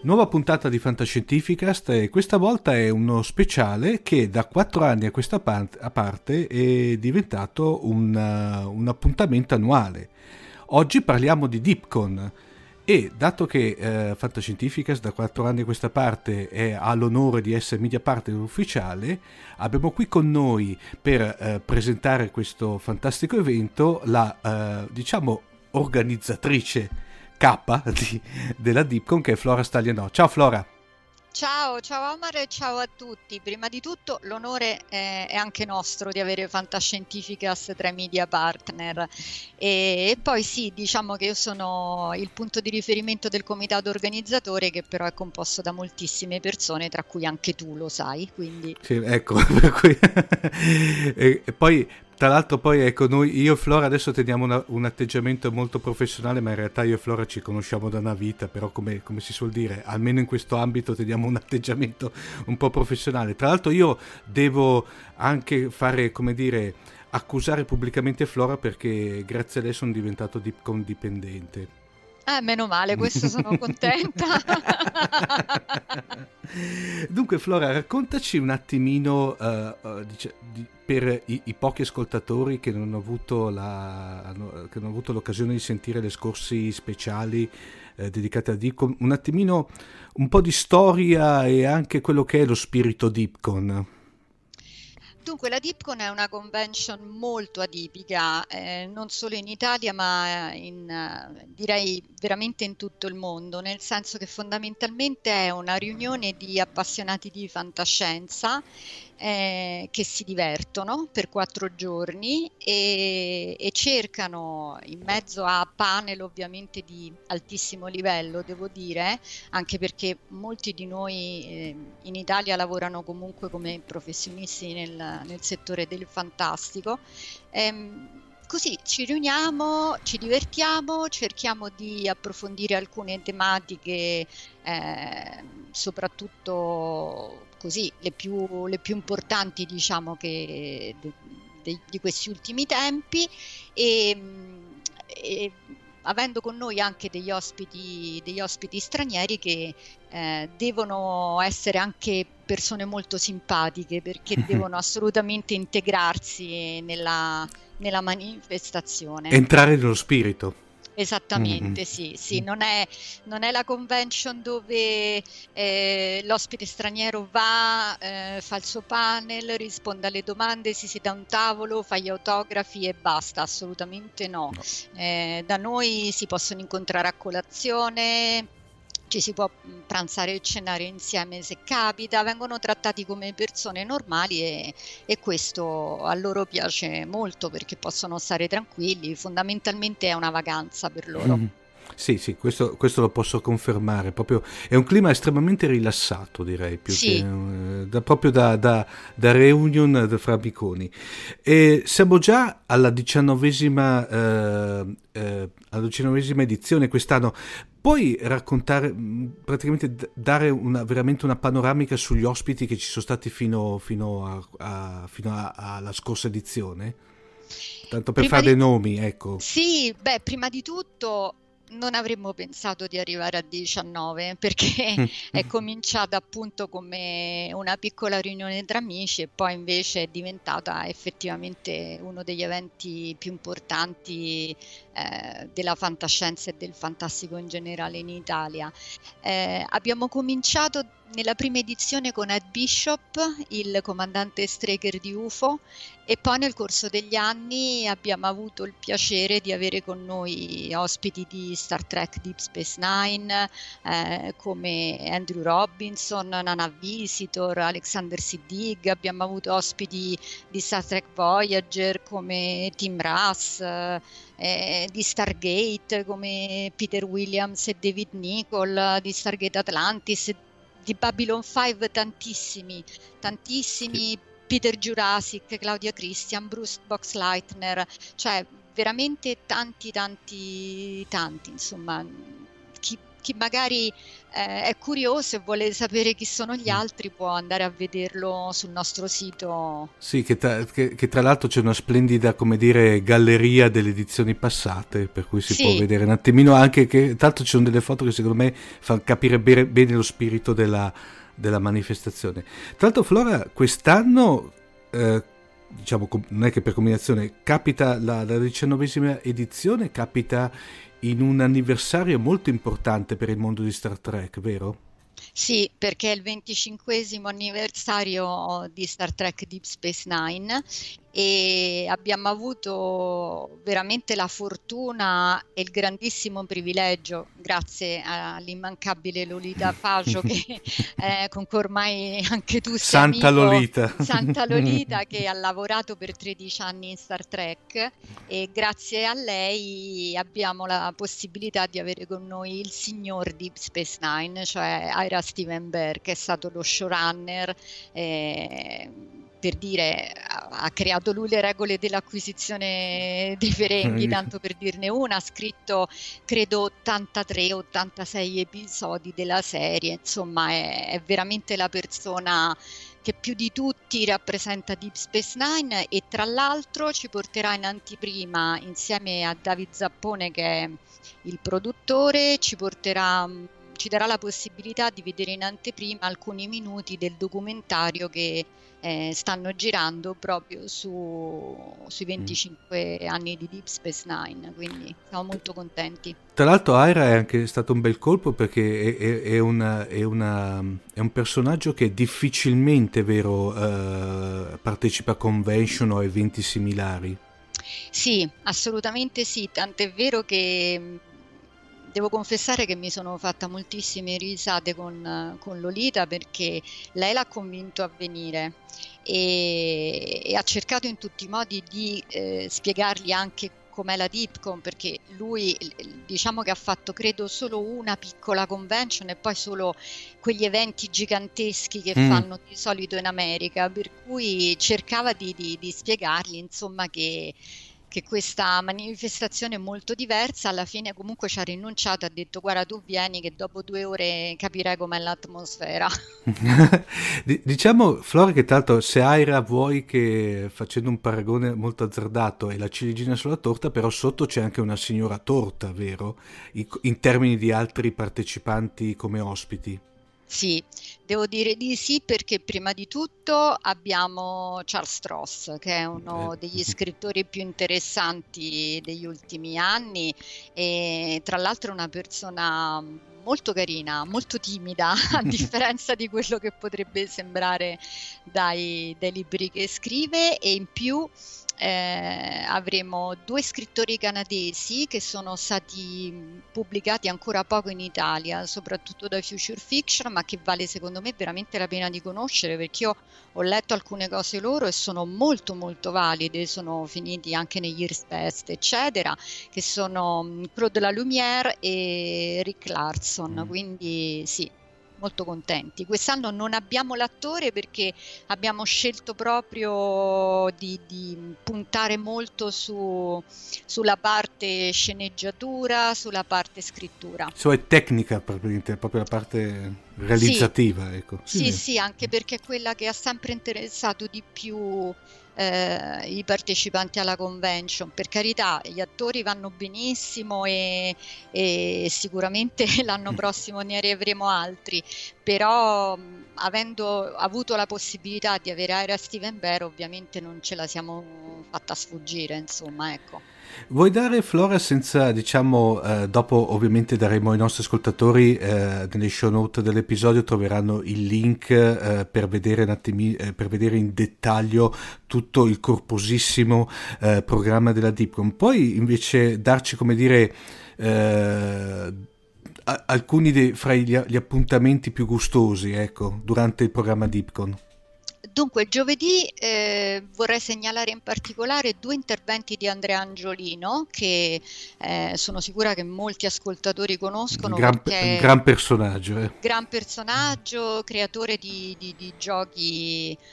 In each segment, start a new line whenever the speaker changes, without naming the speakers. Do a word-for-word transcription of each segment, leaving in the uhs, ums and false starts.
Nuova puntata di Fantascientificast e questa volta è uno speciale che da quattro anni a questa parte, a parte è diventato un, uh, un appuntamento annuale. Oggi parliamo di DeepCon e dato che uh, Fantascientificast da quattro anni a questa parte è, ha l'onore di essere media partner ufficiale, abbiamo qui con noi per uh, presentare questo fantastico evento la, uh, diciamo, organizzatrice K di, della DeepCon, che è Flora Staglianò. Ciao Flora.
Ciao, ciao Omar e ciao a tutti. Prima di tutto l'onore è, è anche nostro di avere Fantascientificast tra i media partner e, e poi sì, diciamo che io sono il punto di riferimento del comitato organizzatore, che però è composto da moltissime persone, tra cui anche tu lo sai, quindi...
Sì, ecco, per cui... e, e poi tra l'altro poi ecco, noi, io e Flora adesso teniamo una, un atteggiamento molto professionale, ma in realtà io e Flora ci conosciamo da una vita, però come, come si suol dire, almeno in questo ambito teniamo un atteggiamento un po' professionale. Tra l'altro io devo anche fare, come dire, accusare pubblicamente Flora perché grazie a lei sono diventato DeepCon dipendente.
Eh, meno male, questo sono contenta.
Dunque Flora, raccontaci un attimino uh, uh, dice, di, per i, i pochi ascoltatori che non, hanno avuto la, hanno, che non hanno avuto l'occasione di sentire le scorsi speciali eh, dedicate a DeepCon, un attimino, un po' di storia e anche quello che è lo spirito DeepCon.
Dunque, la DeepCon è una convention molto atipica, eh, non solo in Italia, ma in, eh, direi veramente in tutto il mondo, nel senso che fondamentalmente è una riunione di appassionati di fantascienza eh, che si divertono per quattro giorni e, e cercano, in mezzo a panel ovviamente di altissimo livello, devo dire, anche perché molti di noi eh, in Italia lavorano comunque come professionisti nel, nel settore del fantastico. Ehm, Così ci riuniamo, ci divertiamo, cerchiamo di approfondire alcune tematiche, eh, soprattutto così le più, le più importanti, diciamo, che de, de, di questi ultimi tempi e, e avendo con noi anche degli ospiti, degli ospiti stranieri che eh, devono essere anche persone molto simpatiche, perché devono assolutamente integrarsi nella, nella manifestazione.
Entrare nello spirito.
Esattamente, mm-hmm. sì, sì, non è, non è la convention dove eh, l'ospite straniero va, eh, fa il suo panel, risponde alle domande, si siede a un tavolo, fa gli autografi e basta, assolutamente no. no. Eh, da noi si possono incontrare a colazione, ci si può pranzare e cenare insieme se capita, vengono trattati come persone normali e, e questo a loro piace molto perché possono stare tranquilli, fondamentalmente è una vacanza per loro.
Mm. Sì, sì, questo, questo lo posso confermare, proprio è un clima estremamente rilassato, direi, più
sì.
che da, proprio da, da, da reunion fra amiconi. E siamo già alla diciannovesima, eh, eh, alla diciannovesima edizione quest'anno. Puoi raccontare, praticamente dare una, veramente una panoramica sugli ospiti che ci sono stati fino, fino, a, a, fino a, alla scorsa edizione? Tanto per
prima
fare
di...
dei nomi, ecco.
Sì, beh, prima di tutto non avremmo pensato di arrivare a diciannove perché è cominciata appunto come una piccola riunione tra amici e poi invece è diventata effettivamente uno degli eventi più importanti eh, della fantascienza e del fantastico in generale in Italia. Eh, abbiamo cominciato nella prima edizione con Ed Bishop, il comandante Straker di U F O, e poi nel corso degli anni abbiamo avuto il piacere di avere con noi ospiti di Star Trek Deep Space Nine eh, come Andrew Robinson, Nana Visitor, Alexander Siddig, abbiamo avuto ospiti di Star Trek Voyager come Tim Russ, eh, di Stargate come Peter Williams e David Nichol, di Stargate Atlantis, di Babylon cinque tantissimi, tantissimi, sì. Peter Jurassic, Claudia Christian, Bruce Boxleitner, cioè veramente tanti tanti tanti, insomma, chi, chi magari eh, è curioso e vuole sapere chi sono gli
Mm.
altri può andare a vederlo sul nostro sito.
Sì, che tra, che- che tra l'altro c'è una splendida, come dire, galleria delle edizioni passate, per cui si può
Sì,
vedere un attimino anche che, tra l'altro ci sono delle foto che secondo me fanno capire bene, bene lo spirito della, della manifestazione. Tra l'altro Flora, quest'anno, eh, diciamo, com- non è che per combinazione, capita la, la diciannovesima edizione, capita in un anniversario molto importante per il mondo di Star Trek, vero?
sì, perché è il venticinquesimo anniversario di Star Trek Deep Space Nine e abbiamo avuto veramente la fortuna e il grandissimo privilegio, grazie all'immancabile Lolita Faggio, che, eh, con cui ormai anche tu sei
Santa
amico,
Lolita.
Santa Lolita, che ha lavorato per tredici anni in Star Trek, e grazie a lei abbiamo la possibilità di avere con noi il signor Deep Space Nine, cioè Ira Steven Behr, che è stato lo showrunner, eh, per dire, ha, ha creato lui le regole dell'acquisizione dei Ferengi, tanto per dirne una, ha scritto credo ottantatré ottantasei episodi della serie, insomma è, è veramente la persona che più di tutti rappresenta Deep Space Nine, e tra l'altro ci porterà in anteprima insieme a David Zappone, che è il produttore, ci porterà, ci darà la possibilità di vedere in anteprima alcuni minuti del documentario che eh, stanno girando proprio su, sui venticinque anni di Deep Space Nine, quindi siamo molto contenti.
Tra l'altro Aira è anche stato un bel colpo perché è, è, è, una, è, una, è un personaggio che difficilmente, vero, eh, partecipa a convention o eventi similari.
Sì, assolutamente sì, tant'è vero che mh, devo confessare che mi sono fatta moltissime risate con, con Lolita, perché lei l'ha convinto a venire e, e ha cercato in tutti i modi di eh, spiegargli anche com'è la Dipcon, perché lui diciamo che ha fatto credo solo una piccola convention e poi solo quegli eventi giganteschi che
Mm.
fanno di solito in America, per cui cercava di, di, di spiegargli insomma che che questa manifestazione è molto diversa. Alla fine comunque ci ha rinunciato, ha detto guarda tu vieni che dopo due ore capirai com'è l'atmosfera.
Diciamo, Flora, che tanto se Aira vuoi che, facendo un paragone molto azzardato, è la ciliegina sulla torta, però sotto c'è anche una signora torta, vero? In, in termini di altri partecipanti come ospiti.
Sì, devo dire di sì, perché prima di tutto abbiamo Charles Stross, che è uno degli scrittori più interessanti degli ultimi anni e tra l'altro è una persona molto carina, molto timida, a differenza di quello che potrebbe sembrare dai, dai libri che scrive, e in più eh, avremo due scrittori canadesi che sono stati pubblicati ancora poco in Italia, soprattutto da Future Fiction, ma che vale secondo me veramente la pena di conoscere, perché io ho letto alcune cose loro e sono molto molto valide, sono finiti anche negli Years Best eccetera, che sono Claude Lalumière e Rick Larson, mm. quindi sì, molto contenti. Quest'anno non abbiamo l'attore perché abbiamo scelto proprio di, di puntare molto su, sulla parte sceneggiatura, sulla parte scrittura.
Insomma, è tecnica proprio, proprio la parte realizzativa.
Sì,
Ecco.
sì, sì, anche perché è quella che ha sempre interessato di più eh, i partecipanti alla convention. Per carità, gli attori vanno benissimo e, e sicuramente l'anno prossimo ne avremo altri, però mh, avendo avuto la possibilità di avere Ira Steven Behr, ovviamente non ce la siamo fatta sfuggire, insomma, ecco.
Vuoi dare, Flora, senza, diciamo, eh, dopo ovviamente daremo ai nostri ascoltatori eh, nelle show note dell'episodio troveranno il link eh, per vedere un attimi, eh, per vedere in dettaglio tutto il corposissimo eh, programma della Dipcon. Poi invece darci, come dire, eh, alcuni dei, fra gli, gli appuntamenti più gustosi, ecco, durante il programma Dipcon.
Dunque, giovedì eh, vorrei segnalare in particolare due interventi di Andrea Angiolino, che eh, sono sicura che molti ascoltatori conoscono.
Gran,
perché
gran personaggio. Eh.
Gran personaggio, creatore di, di, di giochi eh,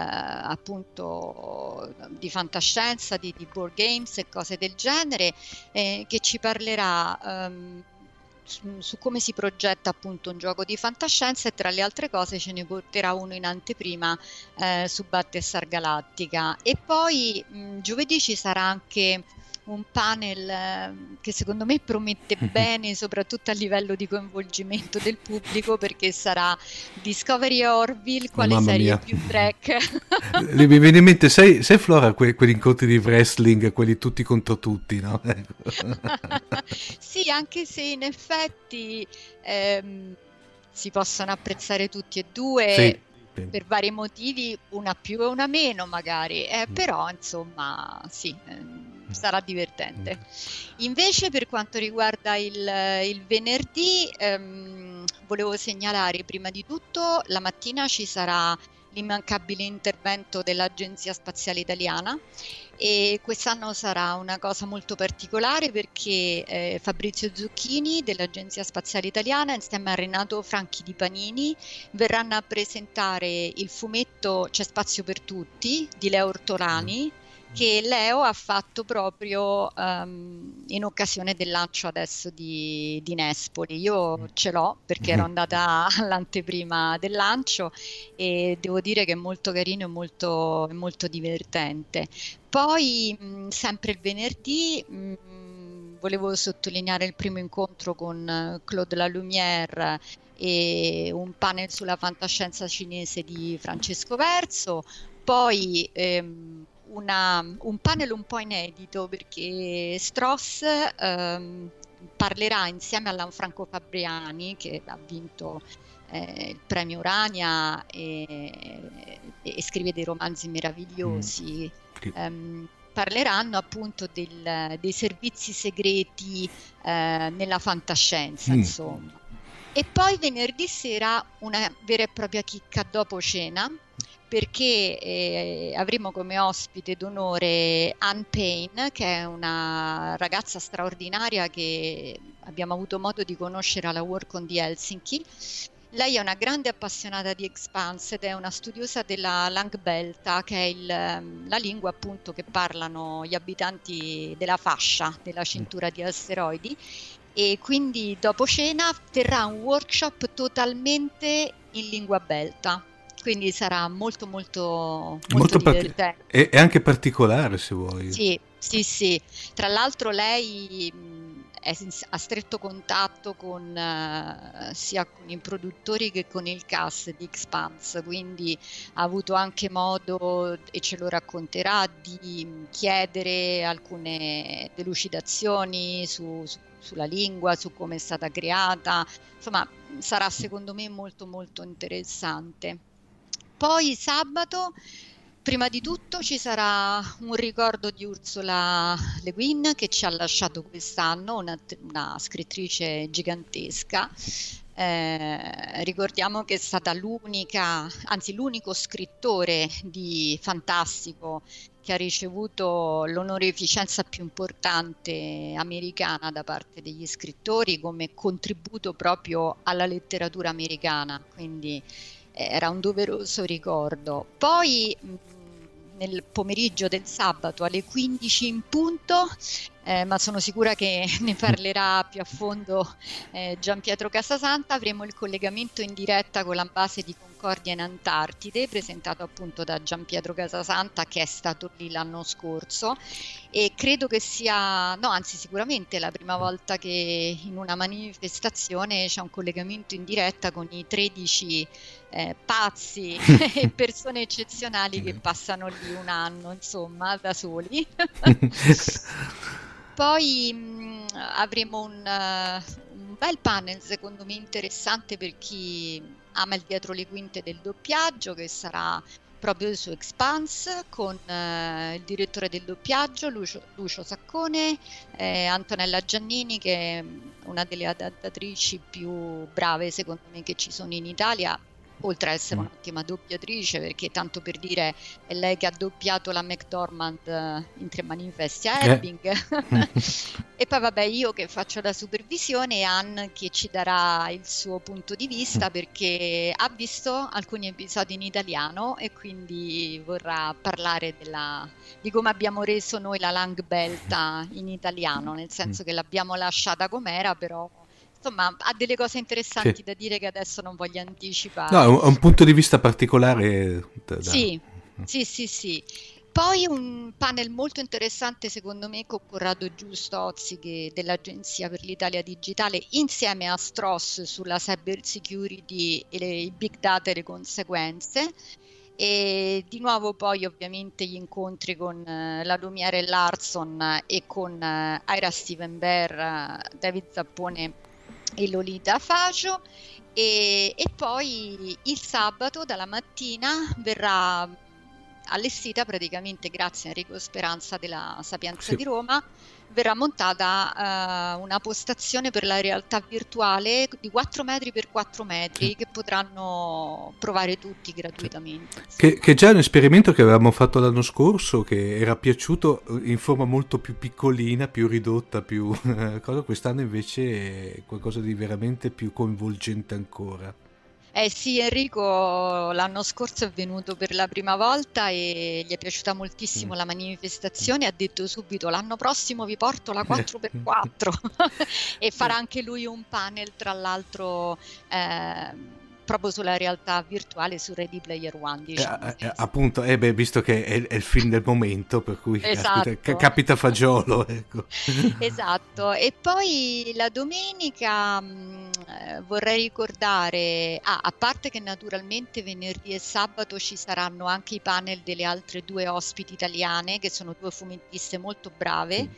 appunto di fantascienza, di, di board games e cose del genere, eh, che ci parlerà... Um, su, su come si progetta appunto un gioco di fantascienza, e tra le altre cose ce ne porterà uno in anteprima eh, su Battlestar Galactica. E poi mh, giovedì ci sarà anche un panel eh, che secondo me promette bene, soprattutto a livello di coinvolgimento del pubblico, perché sarà Discovery Orville, quale
oh,
serie
mia.
più Trek.
Mi viene in mente, sai, sai Flora, que- quegli incontri di wrestling, quelli tutti contro tutti, no?
Sì, anche se in effetti ehm, si possono apprezzare tutti e due,
Sì.
per vari motivi, una più e una meno magari, eh, però insomma sì, ehm, sarà divertente. Invece per quanto riguarda il, il venerdì, ehm, volevo segnalare prima di tutto la mattina ci sarà l'immancabile intervento dell'Agenzia Spaziale Italiana, e quest'anno sarà una cosa molto particolare perché eh, Fabrizio Zucchini dell'Agenzia Spaziale Italiana insieme a Renato Franchi di Panini verranno a presentare il fumetto C'è spazio per tutti di Leo Ortolani, che Leo ha fatto proprio um, in occasione del lancio adesso di, di Nespoli. Io ce l'ho perché ero andata all'anteprima del lancio e devo dire che è molto carino e molto, molto divertente. Poi mh, sempre il venerdì mh, volevo sottolineare il primo incontro con Claude Lalumière e un panel sulla fantascienza cinese di Francesco Verso. Poi ehm, una, un panel un po' inedito perché Strauss ehm, parlerà insieme a Lanfranco Fabriani, che ha vinto eh, il premio Urania e, e scrive dei romanzi meravigliosi. Mm. Um, parleranno appunto del, dei servizi segreti eh, nella fantascienza, mm. insomma. E poi venerdì sera una vera e propria chicca dopo cena, perché eh, avremo come ospite d'onore Anne Payne, che è una ragazza straordinaria che abbiamo avuto modo di conoscere alla Workon di Helsinki. Lei è una grande appassionata di Expanse ed è una studiosa della Langbelta, che è il, la lingua appunto che parlano gli abitanti della fascia, della cintura di asteroidi, e quindi dopo cena terrà un workshop totalmente in lingua belta. Quindi sarà molto molto molto, molto divertente.
Part- è anche particolare, se vuoi.
Sì, sì, sì. Tra l'altro lei è a stretto contatto con uh, sia con i produttori che con il cast di Expanse, quindi ha avuto anche modo, e ce lo racconterà, di chiedere alcune delucidazioni su, su, sulla lingua, su come è stata creata. Insomma, sarà secondo me molto molto interessante. Poi sabato, prima di tutto, ci sarà un ricordo di Ursula Le Guin, che ci ha lasciato quest'anno, una, una scrittrice gigantesca. Eh, ricordiamo che è stata l'unica, anzi l'unico scrittore di fantastico che ha ricevuto l'onorificenza più importante americana da parte degli scrittori come contributo proprio alla letteratura americana, quindi era un doveroso ricordo. Poi nel pomeriggio del sabato alle quindici in punto, eh, ma sono sicura che ne parlerà più a fondo eh, Gianpietro Casasanta, avremo il collegamento in diretta con la base di Concordia in Antartide, presentato appunto da Gianpietro Casasanta, che è stato lì l'anno scorso, e credo che sia, no anzi sicuramente la prima volta che in una manifestazione c'è un collegamento in diretta con i tredici eh, pazzi e persone eccezionali che passano lì un anno, insomma, da soli. Poi mh, avremo un, uh, un bel panel secondo me interessante per chi ama il dietro le quinte del doppiaggio, che sarà proprio su Expanse con uh, il direttore del doppiaggio Lucio, Lucio Saccone, eh, Antonella Giannini, che è una delle adattatrici più brave secondo me che ci sono in Italia, oltre a essere un'ottima doppiatrice, perché tanto per dire è lei che ha doppiato la McDormand in Tre manifesti a Ebbing. Eh. E poi vabbè, io che faccio la supervisione, e Anne che ci darà il suo punto di vista perché ha visto alcuni episodi in italiano e quindi vorrà parlare della, di come abbiamo reso noi la Langbelta in italiano, nel senso che l'abbiamo lasciata com'era, però insomma ha delle cose interessanti
Sì.
da dire che adesso non voglio
No, è
anticipare.
un, è un punto di vista particolare da, da-
Sì, sì, sì, sì. Poi un panel molto interessante secondo me con Corrado Giustozzi che dell'Agenzia per l'Italia Digitale insieme a Stross sulla cyber security e le, i big data e le conseguenze. E di nuovo poi ovviamente gli incontri con eh, la Lumiere Larson e con eh, Ira Steven Bear, eh, David Zappone e Lolita Facio. E, e poi il sabato dalla mattina verrà allestita praticamente grazie a Enrico Speranza della Sapienza
Sì.
di Roma, verrà montata uh, una postazione per la realtà virtuale di quattro metri per quattro metri
Sì.
che potranno provare tutti gratuitamente.
Che, che già è un esperimento che avevamo fatto l'anno scorso, che era piaciuto in forma molto più piccolina, più ridotta, più cosa. Quest'anno invece è qualcosa di veramente più coinvolgente ancora.
Eh sì, Enrico l'anno scorso è venuto per la prima volta e gli è piaciuta moltissimo
Mm.
la manifestazione, ha detto subito l'anno prossimo vi porto la quattro per quattro e farà anche lui un panel tra l'altro eh, proprio sulla realtà virtuale su Ready Player One, diciamo.
Eh, eh, appunto, eh beh, visto che è, è il film del momento, per cui caspita, ca-
Esatto.
capita fagiolo, ecco.
Esatto, e poi la domenica mh, eh, vorrei ricordare, ah, a parte che naturalmente venerdì e sabato ci saranno anche i panel delle altre due ospiti italiane, che sono due fumettiste molto brave,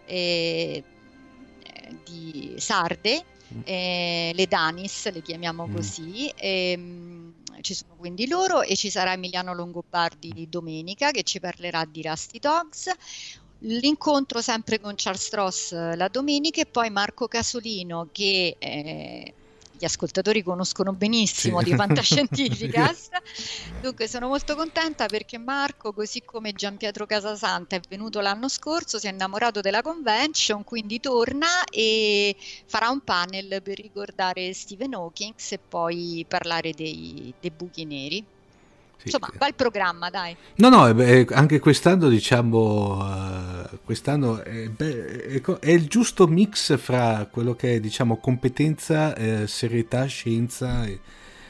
eh, eh, di sarde, eh, le Danis, le chiamiamo così. E, mh, ci sono quindi loro e ci sarà Emiliano Longobardi domenica che ci parlerà di Rusty Dogs. L'incontro sempre con Charles Stross la domenica e poi Marco Casolino che eh, gli ascoltatori conoscono benissimo
Sì.
di Fantascientificast. Dunque sono molto contenta perché Marco, così come Gianpietro Casasanta, è venuto l'anno scorso, si è innamorato della convention, quindi torna e farà un panel per ricordare Stephen Hawking e poi parlare dei, dei buchi neri.
Sì.
Insomma, va il programma, dai.
No, no, eh, beh, anche quest'anno diciamo, uh, quest'anno è, beh, è, è il giusto mix fra quello che è diciamo competenza, eh, serietà, scienza e,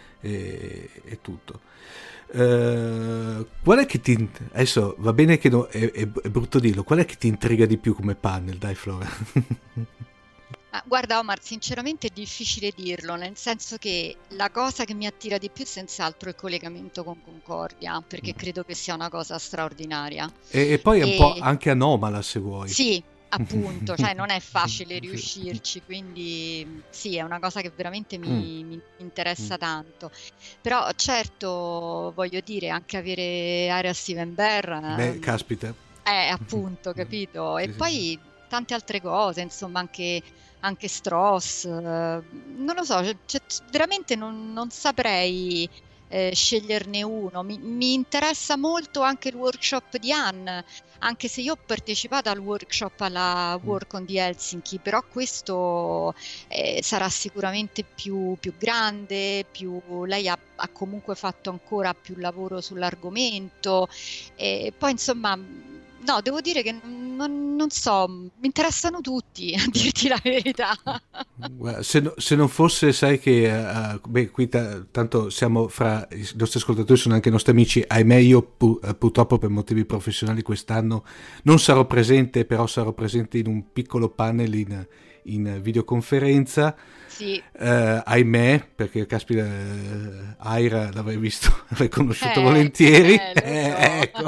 e, e tutto. Uh, qual è che ti adesso va bene che no, è, è, è brutto dirlo, qual è che ti intriga di più come panel, dai Flora?
Ah, guarda Omar, sinceramente è difficile dirlo, nel senso che la cosa che mi attira di più senz'altro è il collegamento con Concordia, perché credo che sia una cosa straordinaria.
E, e poi è un
E
po' anche anomala se vuoi.
sì, appunto, cioè non è facile riuscirci, quindi sì, è una cosa che veramente mi, mi interessa tanto. Però certo, voglio dire, anche avere Area Steven Bear,
Beh,
ehm,
caspita.
è appunto, capito? E
Sì, sì.
poi tante altre cose, insomma, anche, anche Stross, eh, non lo so, cioè, cioè, veramente non, non saprei eh, sceglierne uno. Mi, mi interessa molto anche il workshop di Anne, anche se io ho partecipato al workshop alla Work on the Helsinki, però questo eh, sarà sicuramente più, più grande, più, lei ha, ha comunque fatto ancora più lavoro sull'argomento e poi insomma no, devo dire che non, non so, mi interessano tutti, a dirti la verità.
Guarda, se, no- se non fosse, sai che, uh, beh, qui ta- tanto siamo fra i nostri ascoltatori, sono anche i nostri amici, ahimè io pu- uh, purtroppo per motivi professionali quest'anno non sarò presente, però sarò presente in un piccolo panel in, in videoconferenza.
Sì.
Uh, ahimè, perché caspita, uh, Aira l'avrei visto, l'avrei conosciuto
Eh,
volentieri,
eh, lo
eh,
so.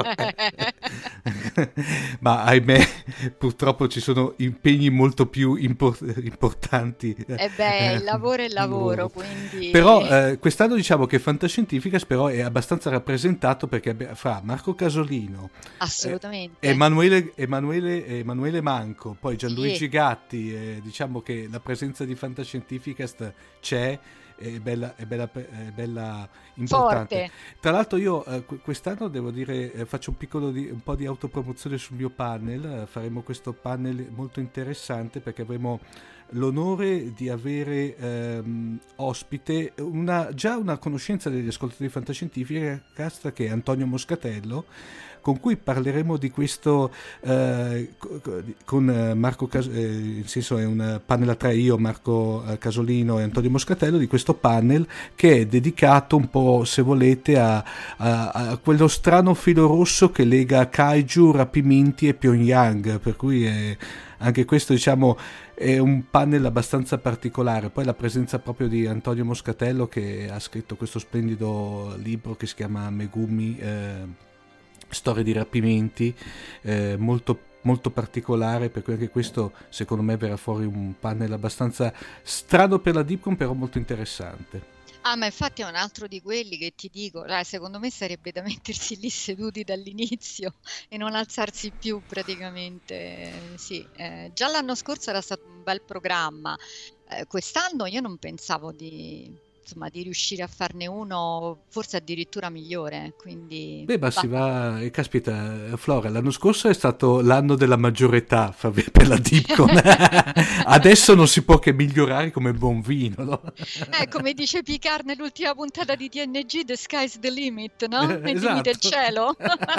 ecco. Ma ahimè, purtroppo ci sono impegni molto più impor- importanti.
E beh, il lavoro è il lavoro,
Lavoro.
quindi
Però eh, quest'anno diciamo che Fantascientificas però è abbastanza rappresentato perché abbi- fra Marco Casolino,
assolutamente.
eh, Emanuele, Emanuele, Emanuele Manco, poi Gianluigi
Sì.
Gatti, eh, diciamo che la presenza di Fantascientificas c'è, è bella, è bella, è bella importante.
Forte.
Tra l'altro io eh, quest'anno devo dire eh, faccio un piccolo di, un po' di autopromozione sul mio panel, eh, faremo questo panel molto interessante perché avremo l'onore di avere ehm, ospite una, già una conoscenza degli ascoltatori di Fantascientificast che è Antonio Moscatello, con cui parleremo di questo eh, con Marco Cas- eh, nel senso è un panel a tre, io, Marco Casolino e Antonio Moscatello, di questo panel che è dedicato un po', se volete, a, a, a quello strano filo rosso che lega kaiju, rapimenti e Pyongyang, per cui è, anche questo, diciamo, è un panel abbastanza particolare. Poi la presenza proprio di Antonio Moscatello, che ha scritto questo splendido libro che si chiama Megumi, eh, storie di rapimenti, eh, molto molto particolare, per cui anche questo secondo me verrà fuori un panel abbastanza strano per la Deepcon, però molto interessante.
Ah, ma infatti è un altro di quelli che ti dico, eh, secondo me sarebbe da mettersi lì seduti dall'inizio e non alzarsi più praticamente. Eh, sì, eh, già l'anno scorso era stato un bel programma, eh, quest'anno io non pensavo di, insomma, di riuscire a farne uno forse addirittura migliore, quindi...
Beh, ma si
bah.
va, e caspita, Flora, l'anno scorso è stato l'anno della maggiore età per la Deepcon. Adesso non si può che migliorare come buon vino, no?
Eh, come dice Picard nell'ultima puntata di T N G, the sky's the limit, no?
Eh,
Il limite è il
esatto.
cielo.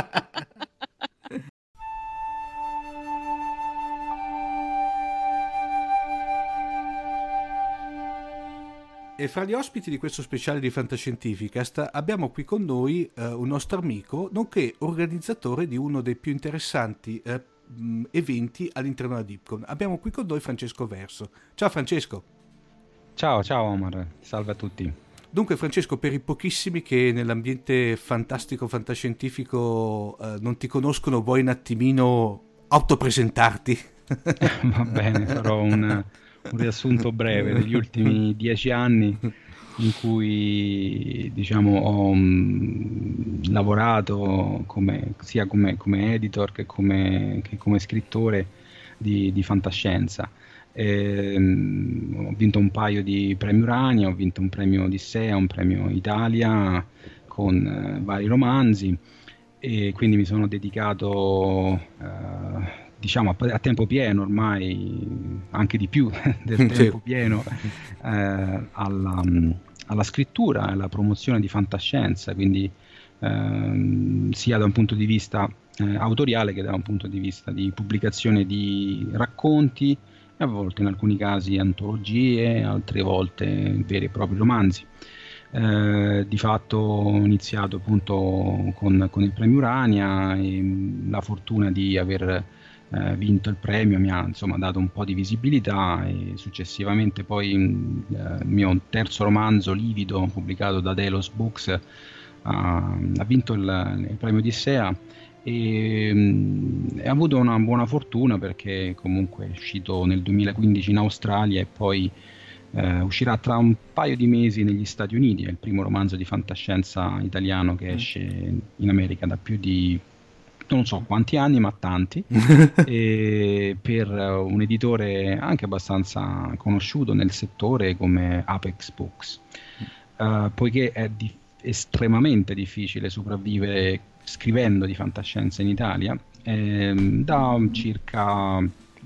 E fra gli ospiti di questo speciale di Fantascientificast abbiamo qui con noi eh, un nostro amico, nonché organizzatore di uno dei più interessanti eh, mh, eventi all'interno della Deepcon. Abbiamo qui con noi Francesco Verso. Ciao Francesco.
Ciao, ciao Omar, salve a tutti.
Dunque Francesco, per i pochissimi che nell'ambiente fantastico, fantascientifico eh, non ti conoscono, vuoi un attimino autopresentarti?
Va bene, farò un... un riassunto breve degli ultimi dieci anni in cui, diciamo, ho mh, lavorato come, sia come, come editor che come, che come scrittore di, di fantascienza. E, mh, ho vinto un paio di premi Urania, ho vinto un premio Odissea, un premio Italia con eh, vari romanzi, e quindi mi sono dedicato eh, diciamo a, a tempo pieno, ormai anche di più del tempo
Sì.
pieno, eh, alla, alla scrittura e alla promozione di fantascienza, quindi ehm, sia da un punto di vista eh, autoriale che da un punto di vista di pubblicazione di racconti, a volte in alcuni casi antologie, altre volte veri e propri romanzi. Eh, di fatto ho iniziato appunto con, con il premio Urania e mh, la fortuna di aver eh, vinto il premio mi ha insomma dato un po' di visibilità, e successivamente poi mh, il mio terzo romanzo Livido, pubblicato da Delos Books, ha, ha vinto il, il premio Odissea e mh, ha avuto una buona fortuna perché comunque è uscito nel duemilaquindici in Australia e poi Uh, uscirà tra un paio di mesi negli Stati Uniti. È il primo romanzo di fantascienza italiano che esce in America da più di non so quanti anni, ma tanti, e per un editore anche abbastanza conosciuto nel settore come Apex Books. Uh, poiché è di- estremamente difficile sopravvivere scrivendo di fantascienza in Italia, ehm, da circa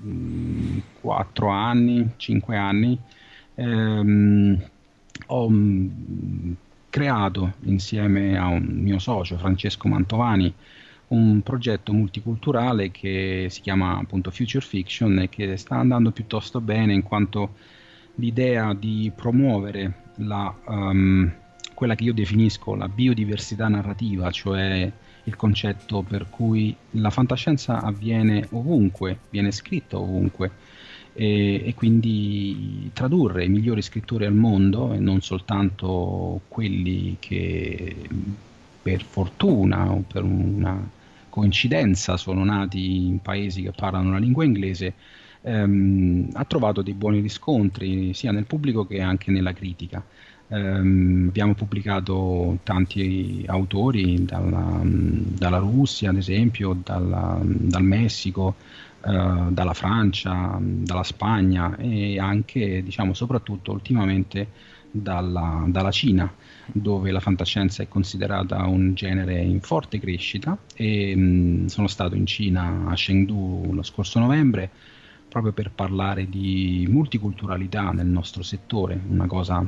quattro anni, cinque anni, ehm, ho mh, creato insieme a un mio socio Francesco Mantovani un progetto multiculturale che si chiama appunto Future Fiction e che sta andando piuttosto bene, in quanto l'idea di promuovere la, um, quella che io definisco la biodiversità narrativa, cioè il concetto per cui la fantascienza avviene ovunque, viene scritta ovunque, e, e quindi tradurre i migliori scrittori al mondo e non soltanto quelli che per fortuna o per una coincidenza sono nati in paesi che parlano la lingua inglese, ehm, ha trovato dei buoni riscontri sia nel pubblico che anche nella critica. Um, abbiamo pubblicato tanti autori dalla, dalla Russia, ad esempio, dalla, dal Messico, uh, dalla Francia, dalla Spagna e anche, diciamo, soprattutto ultimamente dalla, dalla Cina, dove la fantascienza è considerata un genere in forte crescita. E um, sono stato in Cina, a Chengdu, lo scorso novembre, proprio per parlare di multiculturalità nel nostro settore, una cosa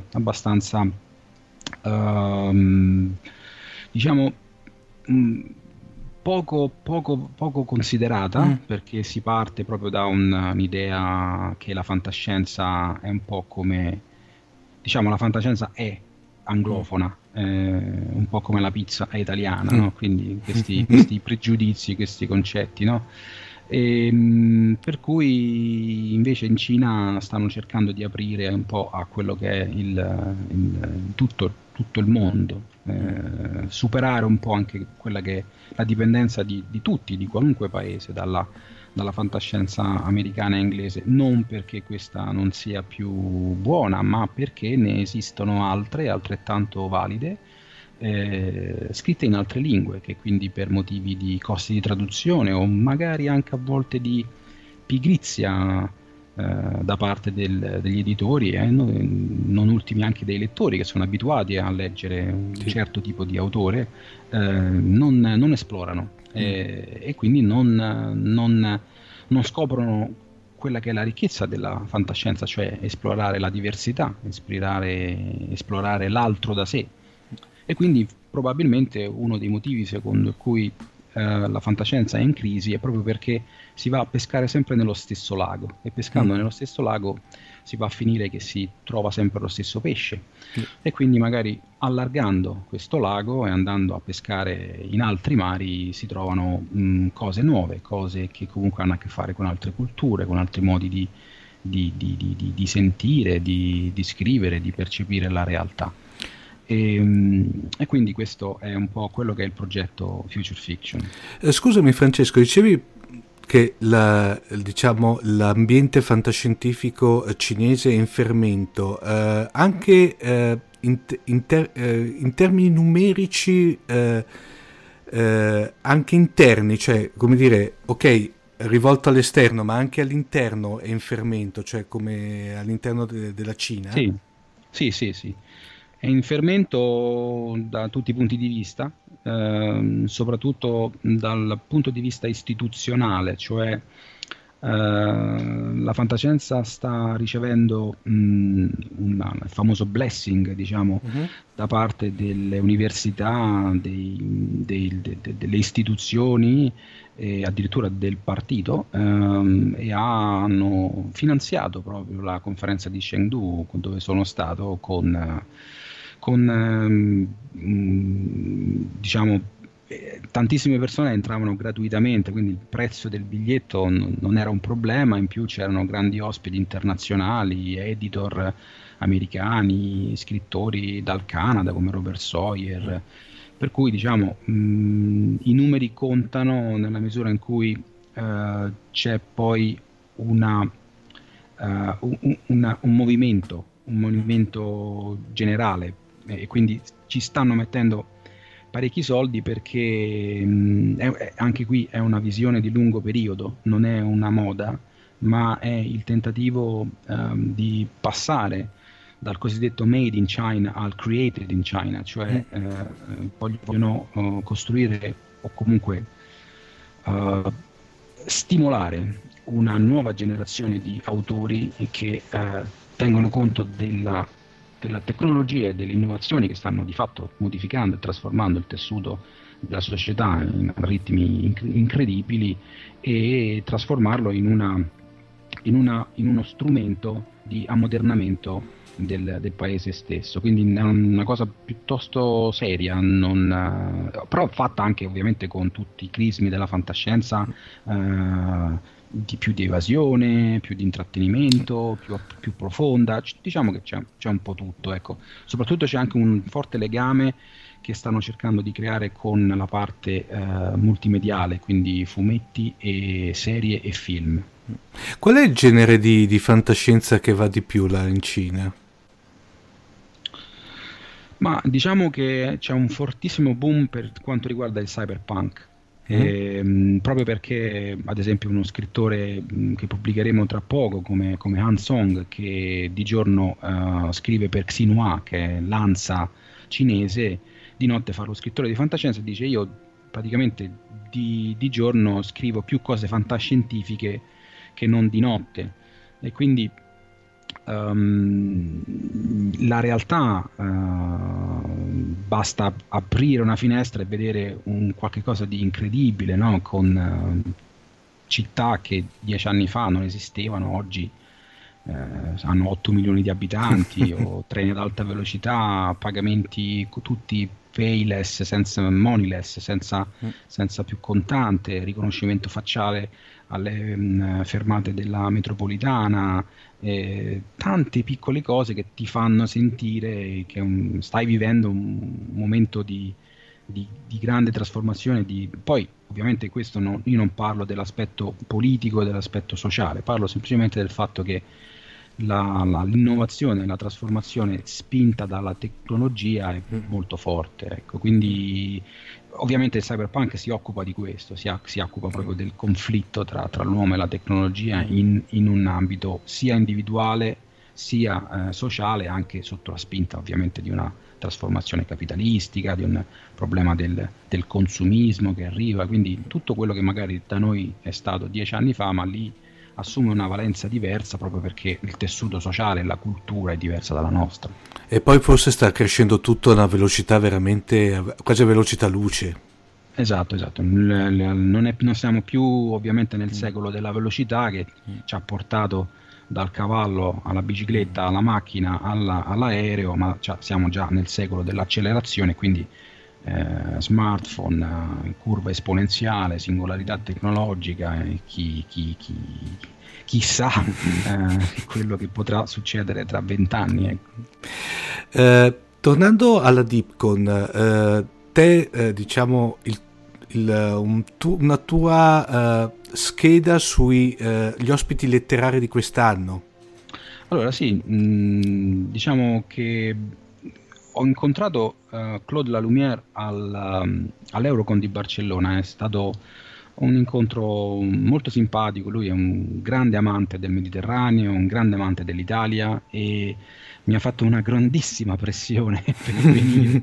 abbastanza, um, diciamo, um, poco, poco, poco considerata, mm. perché si parte proprio da un, un'idea che la fantascienza è un po' come, diciamo, la fantascienza è anglofona, eh, un po' come la pizza è italiana, mm. no? Quindi questi, questi pregiudizi, questi concetti, no? E, mh, per cui invece in Cina stanno cercando di aprire un po' a quello che è il, il, tutto, tutto il mondo, eh, superare un po' anche quella che è la dipendenza di, di tutti, di qualunque paese dalla, dalla fantascienza americana e inglese, non perché questa non sia più buona, ma perché ne esistono altre altrettanto valide, Eh, scritte in altre lingue, che quindi per motivi di costi di traduzione o magari anche a volte di pigrizia eh, da parte del, degli editori e eh, non ultimi anche dei lettori che sono abituati a leggere un sì. certo tipo di autore, eh, non, non esplorano mm. eh, e quindi non, non, non scoprono quella che è la ricchezza della fantascienza, cioè esplorare la diversità, esplorare, esplorare l'altro da sé. E quindi probabilmente uno dei motivi secondo cui eh, la fantascienza è in crisi è proprio perché si va a pescare sempre nello stesso lago, e pescando mm. nello stesso lago si va a finire che si trova sempre lo stesso pesce, mm. e quindi magari allargando questo lago e andando a pescare in altri mari si trovano mh, cose nuove, cose che comunque hanno a che fare con altre culture, con altri modi di, di, di, di, di, di sentire, di, di scrivere, di percepire la realtà. E, e quindi questo è un po' quello che è il progetto Future Fiction.
Eh, scusami Francesco, dicevi che la, diciamo, l'ambiente fantascientifico cinese è in fermento, eh, anche eh, in, in, ter, eh, in termini numerici, eh, eh, anche interni, cioè come dire, ok, rivolto all'esterno ma anche all'interno è in fermento, cioè come all'interno de, della Cina?
Sì, sì, sì, sì. È in fermento da tutti i punti di vista, ehm, soprattutto dal punto di vista istituzionale, cioè eh, la fantascienza sta ricevendo mh, una, il famoso blessing, diciamo, uh-huh. da parte delle università, dei, dei, de, de, delle istituzioni e addirittura del partito, ehm, e hanno finanziato proprio la conferenza di Chengdu, dove sono stato con... con ehm, diciamo eh, tantissime persone entravano gratuitamente, quindi il prezzo del biglietto n- non era un problema, in più c'erano grandi ospiti internazionali, editor americani, scrittori dal Canada come Robert Sawyer, per cui diciamo mh, i numeri contano nella misura in cui uh, c'è poi una, uh, un, una, un movimento un movimento generale, e quindi ci stanno mettendo parecchi soldi perché mh, è, anche qui è una visione di lungo periodo, non è una moda, ma è il tentativo um, di passare dal cosiddetto made in China al created in China, cioè mm. eh, vogliono uh, costruire o comunque uh, stimolare una nuova generazione di autori che uh, tengono conto della della tecnologia e delle innovazioni che stanno di fatto modificando e trasformando il tessuto della società in ritmi inc- incredibili, e trasformarlo in, una, in, una, in uno strumento di ammodernamento del, del paese stesso. Quindi è una cosa piuttosto seria, non, però fatta anche ovviamente con tutti i crismi della fantascienza, eh, di più di evasione, più di intrattenimento, più, più profonda, diciamo che c'è, c'è un po' tutto, ecco. Soprattutto c'è anche un forte legame che stanno cercando di creare con la parte eh, multimediale, quindi fumetti e serie e film.
Qual è il genere di, di fantascienza che va di più là in Cina?
Ma diciamo che c'è un fortissimo boom per quanto riguarda il cyberpunk. E, mh, proprio perché ad esempio uno scrittore mh, che pubblicheremo tra poco come, come Han Song, che di giorno uh, scrive per Xinhua, che è l'ANSA cinese, di notte fa lo scrittore di fantascienza e dice: io praticamente di, di giorno scrivo più cose fantascientifiche che non di notte. E quindi um, la realtà, uh, basta aprire una finestra e vedere un qualche cosa di incredibile, no? Con uh, città che dieci anni fa non esistevano, oggi eh, hanno otto milioni di abitanti o treni ad alta velocità, pagamenti tutti payless, senza moneyless, senza, senza più contante, riconoscimento facciale alle mh, fermate della metropolitana, eh, tante piccole cose che ti fanno sentire che un, stai vivendo un momento di, di, di grande trasformazione. Di, poi ovviamente questo no, io non parlo dell'aspetto politico e dell'aspetto sociale, parlo semplicemente del fatto che La, la, l'innovazione, la trasformazione spinta dalla tecnologia è molto forte, ecco. Quindi ovviamente il cyberpunk si occupa di questo, si, si occupa proprio del conflitto tra, tra l'uomo e la tecnologia in, in un ambito sia individuale sia eh, sociale, anche sotto la spinta ovviamente di una trasformazione capitalistica, di un problema del, del consumismo che arriva, quindi tutto quello che magari da noi è stato dieci anni fa, ma lì assume una valenza diversa proprio perché il tessuto sociale e la cultura è diversa dalla nostra.
E poi forse sta crescendo tutto a una velocità veramente quasi a velocità luce.
Esatto, esatto. Non, è, non siamo più ovviamente nel secolo della velocità che ci ha portato dal cavallo alla bicicletta, alla macchina, alla, all'aereo, ma cioè, siamo già nel secolo dell'accelerazione, quindi Eh, smartphone, eh, curva esponenziale, singolarità tecnologica, eh, chi, chi, chi, chissà eh, quello che potrà succedere tra vent'anni. Ecco.
Eh, tornando alla DeepCon, eh, te eh, diciamo il, il, un tu, una tua eh, scheda sui eh, gli ospiti letterari di quest'anno.
Allora sì, mh, diciamo che ho incontrato uh, Claude Lalumière al, um, all'Eurocon di Barcellona, è stato un incontro molto simpatico, lui è un grande amante del Mediterraneo, un grande amante dell'Italia e mi ha fatto una grandissima pressione per venire,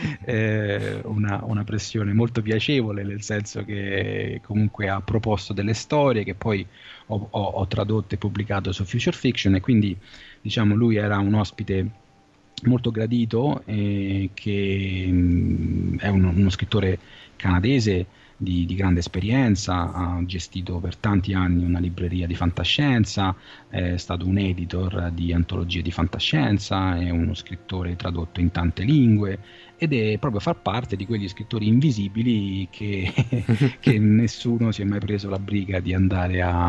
eh, una, una pressione molto piacevole, nel senso che comunque ha proposto delle storie che poi ho, ho, ho tradotto e pubblicato su Future Fiction e quindi diciamo lui era un ospite molto gradito, eh, che mh, è uno, uno scrittore canadese di, di grande esperienza, ha gestito per tanti anni una libreria di fantascienza, è stato un editor di antologie di fantascienza, è uno scrittore tradotto in tante lingue ed è proprio far parte di quegli scrittori invisibili che, che nessuno si è mai preso la briga di andare a,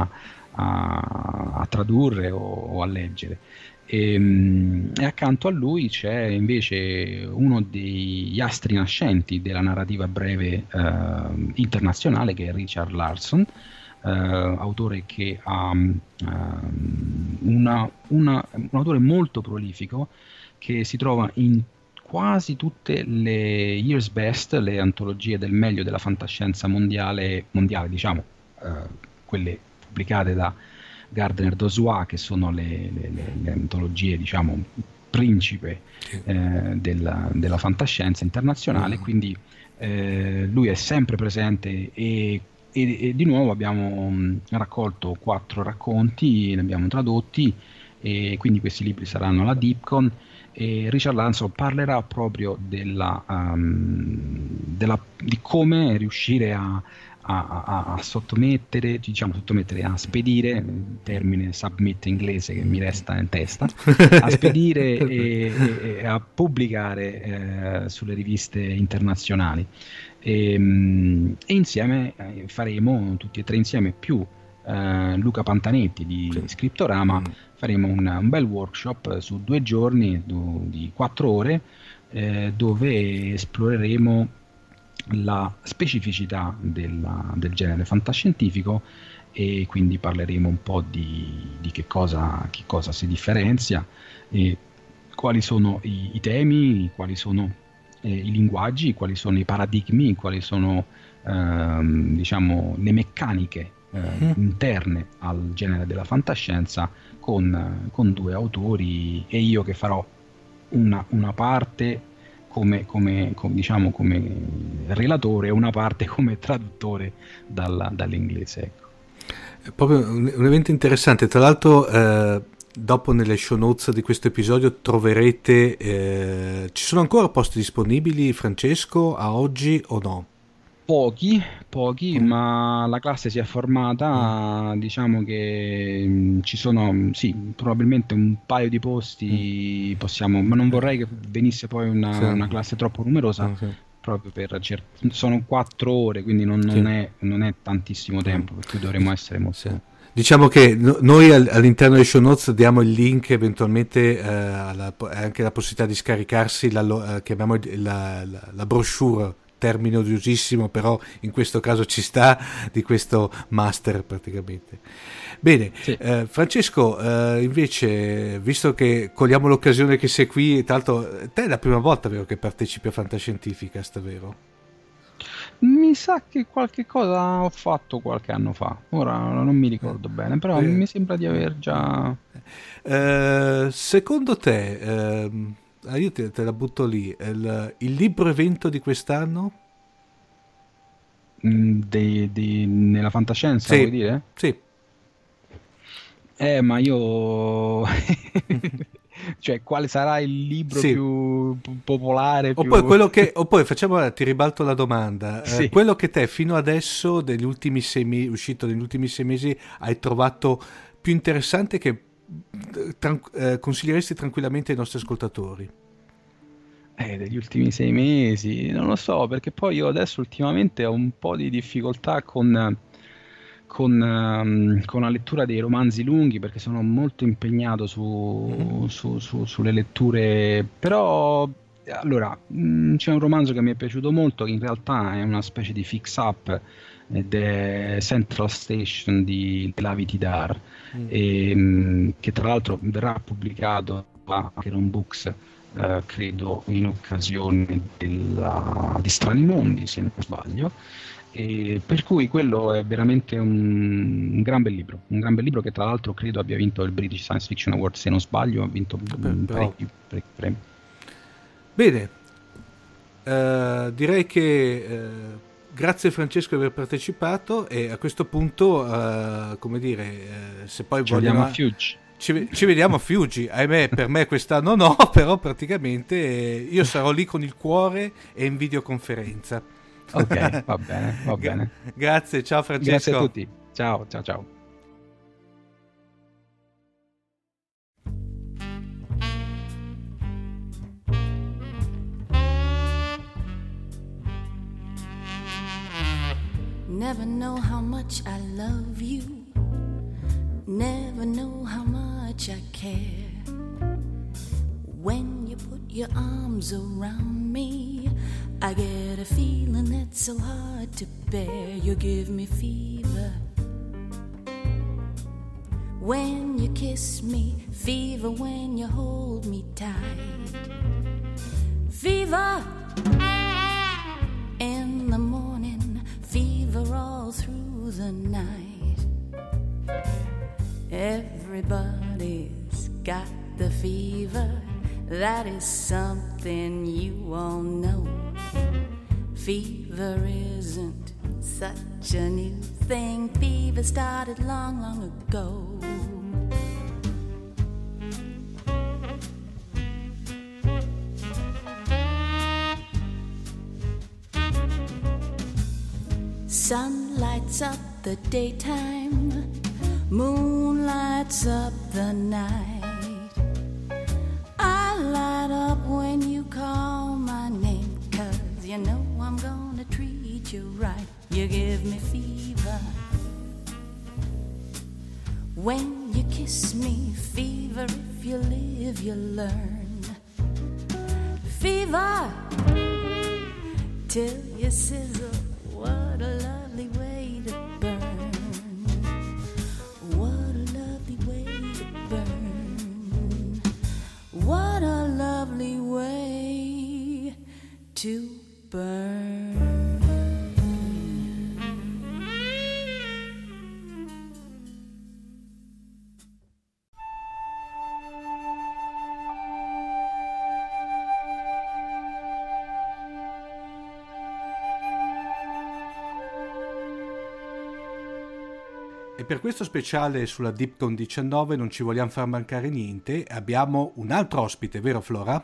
a, a tradurre o, o a leggere. E, e accanto a lui c'è invece uno degli astri nascenti della narrativa breve eh, internazionale, che è Richard Larson, eh, autore che ha eh, una, una, un autore molto prolifico che si trova in quasi tutte le Year's Best, le antologie del meglio della fantascienza mondiale, mondiale diciamo, eh, quelle pubblicate da Gardner Dozois, che sono le, le, le, le antologie, diciamo, principe eh, della, della fantascienza internazionale, mm. quindi eh, lui è sempre presente e, e, e di nuovo abbiamo mh, raccolto quattro racconti, li abbiamo tradotti e quindi questi libri saranno alla DeepCon e Richard Larson parlerà proprio della, um, della, di come riuscire a A, a, a sottomettere, diciamo sottomettere, a spedire, termine submit inglese che mi resta in testa, a spedire e, e, e a pubblicare eh, sulle riviste internazionali. E, e insieme eh, faremo, tutti e tre insieme, più eh, Luca Pantanetti di sì. Scriptorama, faremo un, un bel workshop su due giorni do, di quattro ore eh, dove esploreremo la specificità della, del genere fantascientifico e quindi parleremo un po' di, di che cosa, che cosa si differenzia e quali sono i, i temi, quali sono eh, i linguaggi, quali sono i paradigmi, quali sono ehm, diciamo le meccaniche eh, mm. interne al genere della fantascienza con, con due autori e io che farò una, una parte Come, come, come, diciamo, come relatore e una parte come traduttore dalla, dall'inglese. Ecco.
È proprio un, un evento interessante. Tra l'altro eh, dopo nelle show notes di questo episodio troverete, eh, ci sono ancora posti disponibili, Francesco, a oggi o no?
Pochi, pochi,
Mm.
ma la classe si è formata, diciamo che mh, ci sono, sì, probabilmente un paio di posti possiamo, ma non vorrei che venisse poi una,
Sì.
una classe troppo numerosa,
Ah, sì.
proprio per cer- sono quattro ore, quindi non, non
Sì.
è, non è tantissimo tempo, per cui dovremo essere molto...
Sì. Diciamo che no- noi al- all'interno delle show notes diamo il link, eventualmente eh, alla- anche la possibilità di scaricarsi la, lo- eh, chiamiamo la, la, la brochure, termine odiosissimo, però in questo caso ci sta, di questo master praticamente. Bene,
Sì.
eh, Francesco, eh, invece, visto che cogliamo l'occasione che sei qui, tra l'altro te è la prima volta, vero, che partecipi a Fantascientificast, vero?
Mi sa che qualche cosa ho fatto qualche anno fa, ora non mi ricordo bene, però
Eh,
mi sembra di aver già...
Eh, secondo te, ehm, ah, io te, te la butto lì, il, il libro evento di quest'anno?
mh, dei- dei- nella fantascienza, vuoi
Sì,
dire?
sì.
Eh, ma io... Cioè, quale sarà il libro
Sì.
più p- popolare,
Oppure
più...
quello che, oppure facciamo, ti ribalto la domanda, eh,
Sì.
quello che te fino adesso, degli ultimi sei mesi, uscito negli ultimi sei mesi, hai trovato più interessante che eh, tran- eh, consiglieresti tranquillamente ai nostri ascoltatori?
Eh, degli ultimi sei mesi, non lo so, perché poi io adesso ultimamente ho un po' di difficoltà con, con, ehm, con la lettura dei romanzi lunghi, perché sono molto impegnato su, su- su- sulle letture, però allora mh, c'è un romanzo che mi è piaciuto molto, che in realtà è una specie di fix-up, ed è Central Station di Lavi Tidar, e, mh, che tra l'altro verrà pubblicato anche in Books, eh, credo in occasione della, di Strani Mondi, se non sbaglio. E per cui quello è veramente un, un gran bel libro, un gran bel libro che tra l'altro credo abbia vinto il British Science Fiction Award, se non sbaglio, ha vinto
Beh,
mm,
però-
parecchi, parecchi premi.
Bene, eh, direi che eh, grazie Francesco di aver partecipato e a questo punto, eh, come dire, eh, se poi
Ci vediamo
vogliono...
a Fuge.
Ci, ci vediamo a Fiuggi, ahimè per me quest'anno no, però praticamente eh, io sarò lì con il cuore e in videoconferenza.
Ok, va bene, va
Gra-
bene.
grazie, ciao Francesco.
Grazie a tutti. Ciao, ciao, ciao.
Never know how much I love you. Never know how much I care. When you put your arms around me, I get a feeling that's so hard to bear. You give me fever. When you kiss me, fever when you hold me tight. Fever in the morning, fever all through the night. Everybody's got the fever, that is something you all know. Fever isn't such a new thing, fever started long, long ago. Sun lights up the daytime, moon lights up the night. I light up when you call my name, 'cause you know I'm gonna treat you right. You give me fever when you kiss me, fever if you live you learn. Fever till you sizzle, what a lovely way to burn. What a lovely way to burn. What a lovely way to burn.
E per questo speciale sulla DeepCon diciannove non ci vogliamo far mancare niente, abbiamo un altro ospite, vero Flora?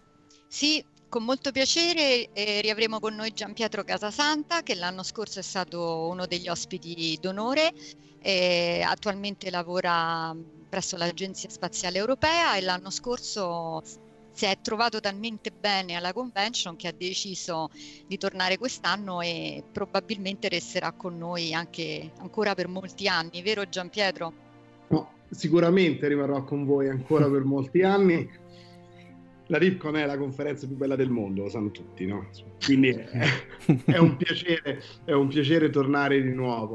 Sì, con molto piacere eh, riavremo con noi Gianpietro Casasanta, che l'anno scorso è stato uno degli ospiti d'onore, e attualmente lavora presso l'Agenzia Spaziale Europea e l'anno scorso si è trovato talmente bene alla convention che ha deciso di tornare quest'anno e probabilmente resterà con noi anche ancora per molti anni, vero Gianpietro?
No, sicuramente rimarrò con voi ancora per molti anni. La DeepCon è la conferenza più bella del mondo, lo sanno tutti, no? Quindi è, è un piacere, è un piacere tornare di nuovo.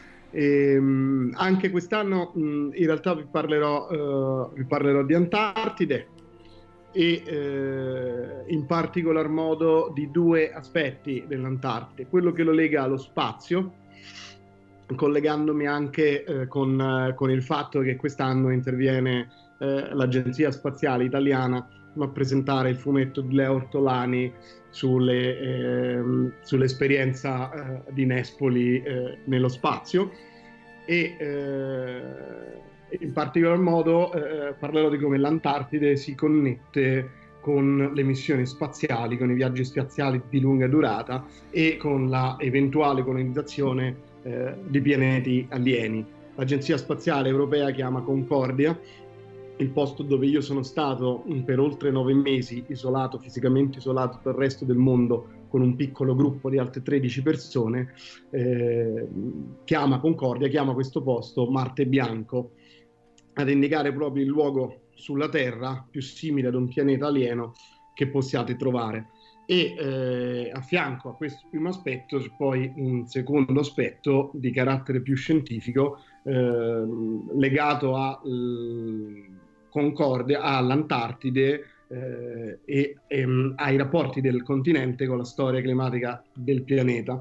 E, anche quest'anno in realtà vi parlerò, uh, vi parlerò di Antartide e eh, in particolar modo di due aspetti dell'Antartide, quello che lo lega allo spazio, collegandomi anche eh, con, eh, con il fatto che quest'anno interviene eh, l'Agenzia Spaziale Italiana a presentare il fumetto di Leo Ortolani sulle, eh, sull'esperienza eh, di Nespoli eh, nello spazio e eh, in particolar modo eh, parlerò di come l'Antartide si connette con le missioni spaziali, con i viaggi spaziali di lunga durata e con la eventuale colonizzazione eh, di pianeti alieni. L'Agenzia Spaziale Europea chiama Concordia, il posto dove io sono stato per oltre nove mesi isolato, fisicamente isolato dal resto del mondo con un piccolo gruppo di altre tredici persone, eh, chiama Concordia, chiama questo posto Marte Bianco, ad indicare proprio il luogo sulla Terra più simile ad un pianeta alieno che possiate trovare. E eh, a fianco a questo primo aspetto c'è poi un secondo aspetto di carattere più scientifico eh, legato a eh, Concordia, all'Antartide eh, e, e ai rapporti del continente con la storia climatica del pianeta,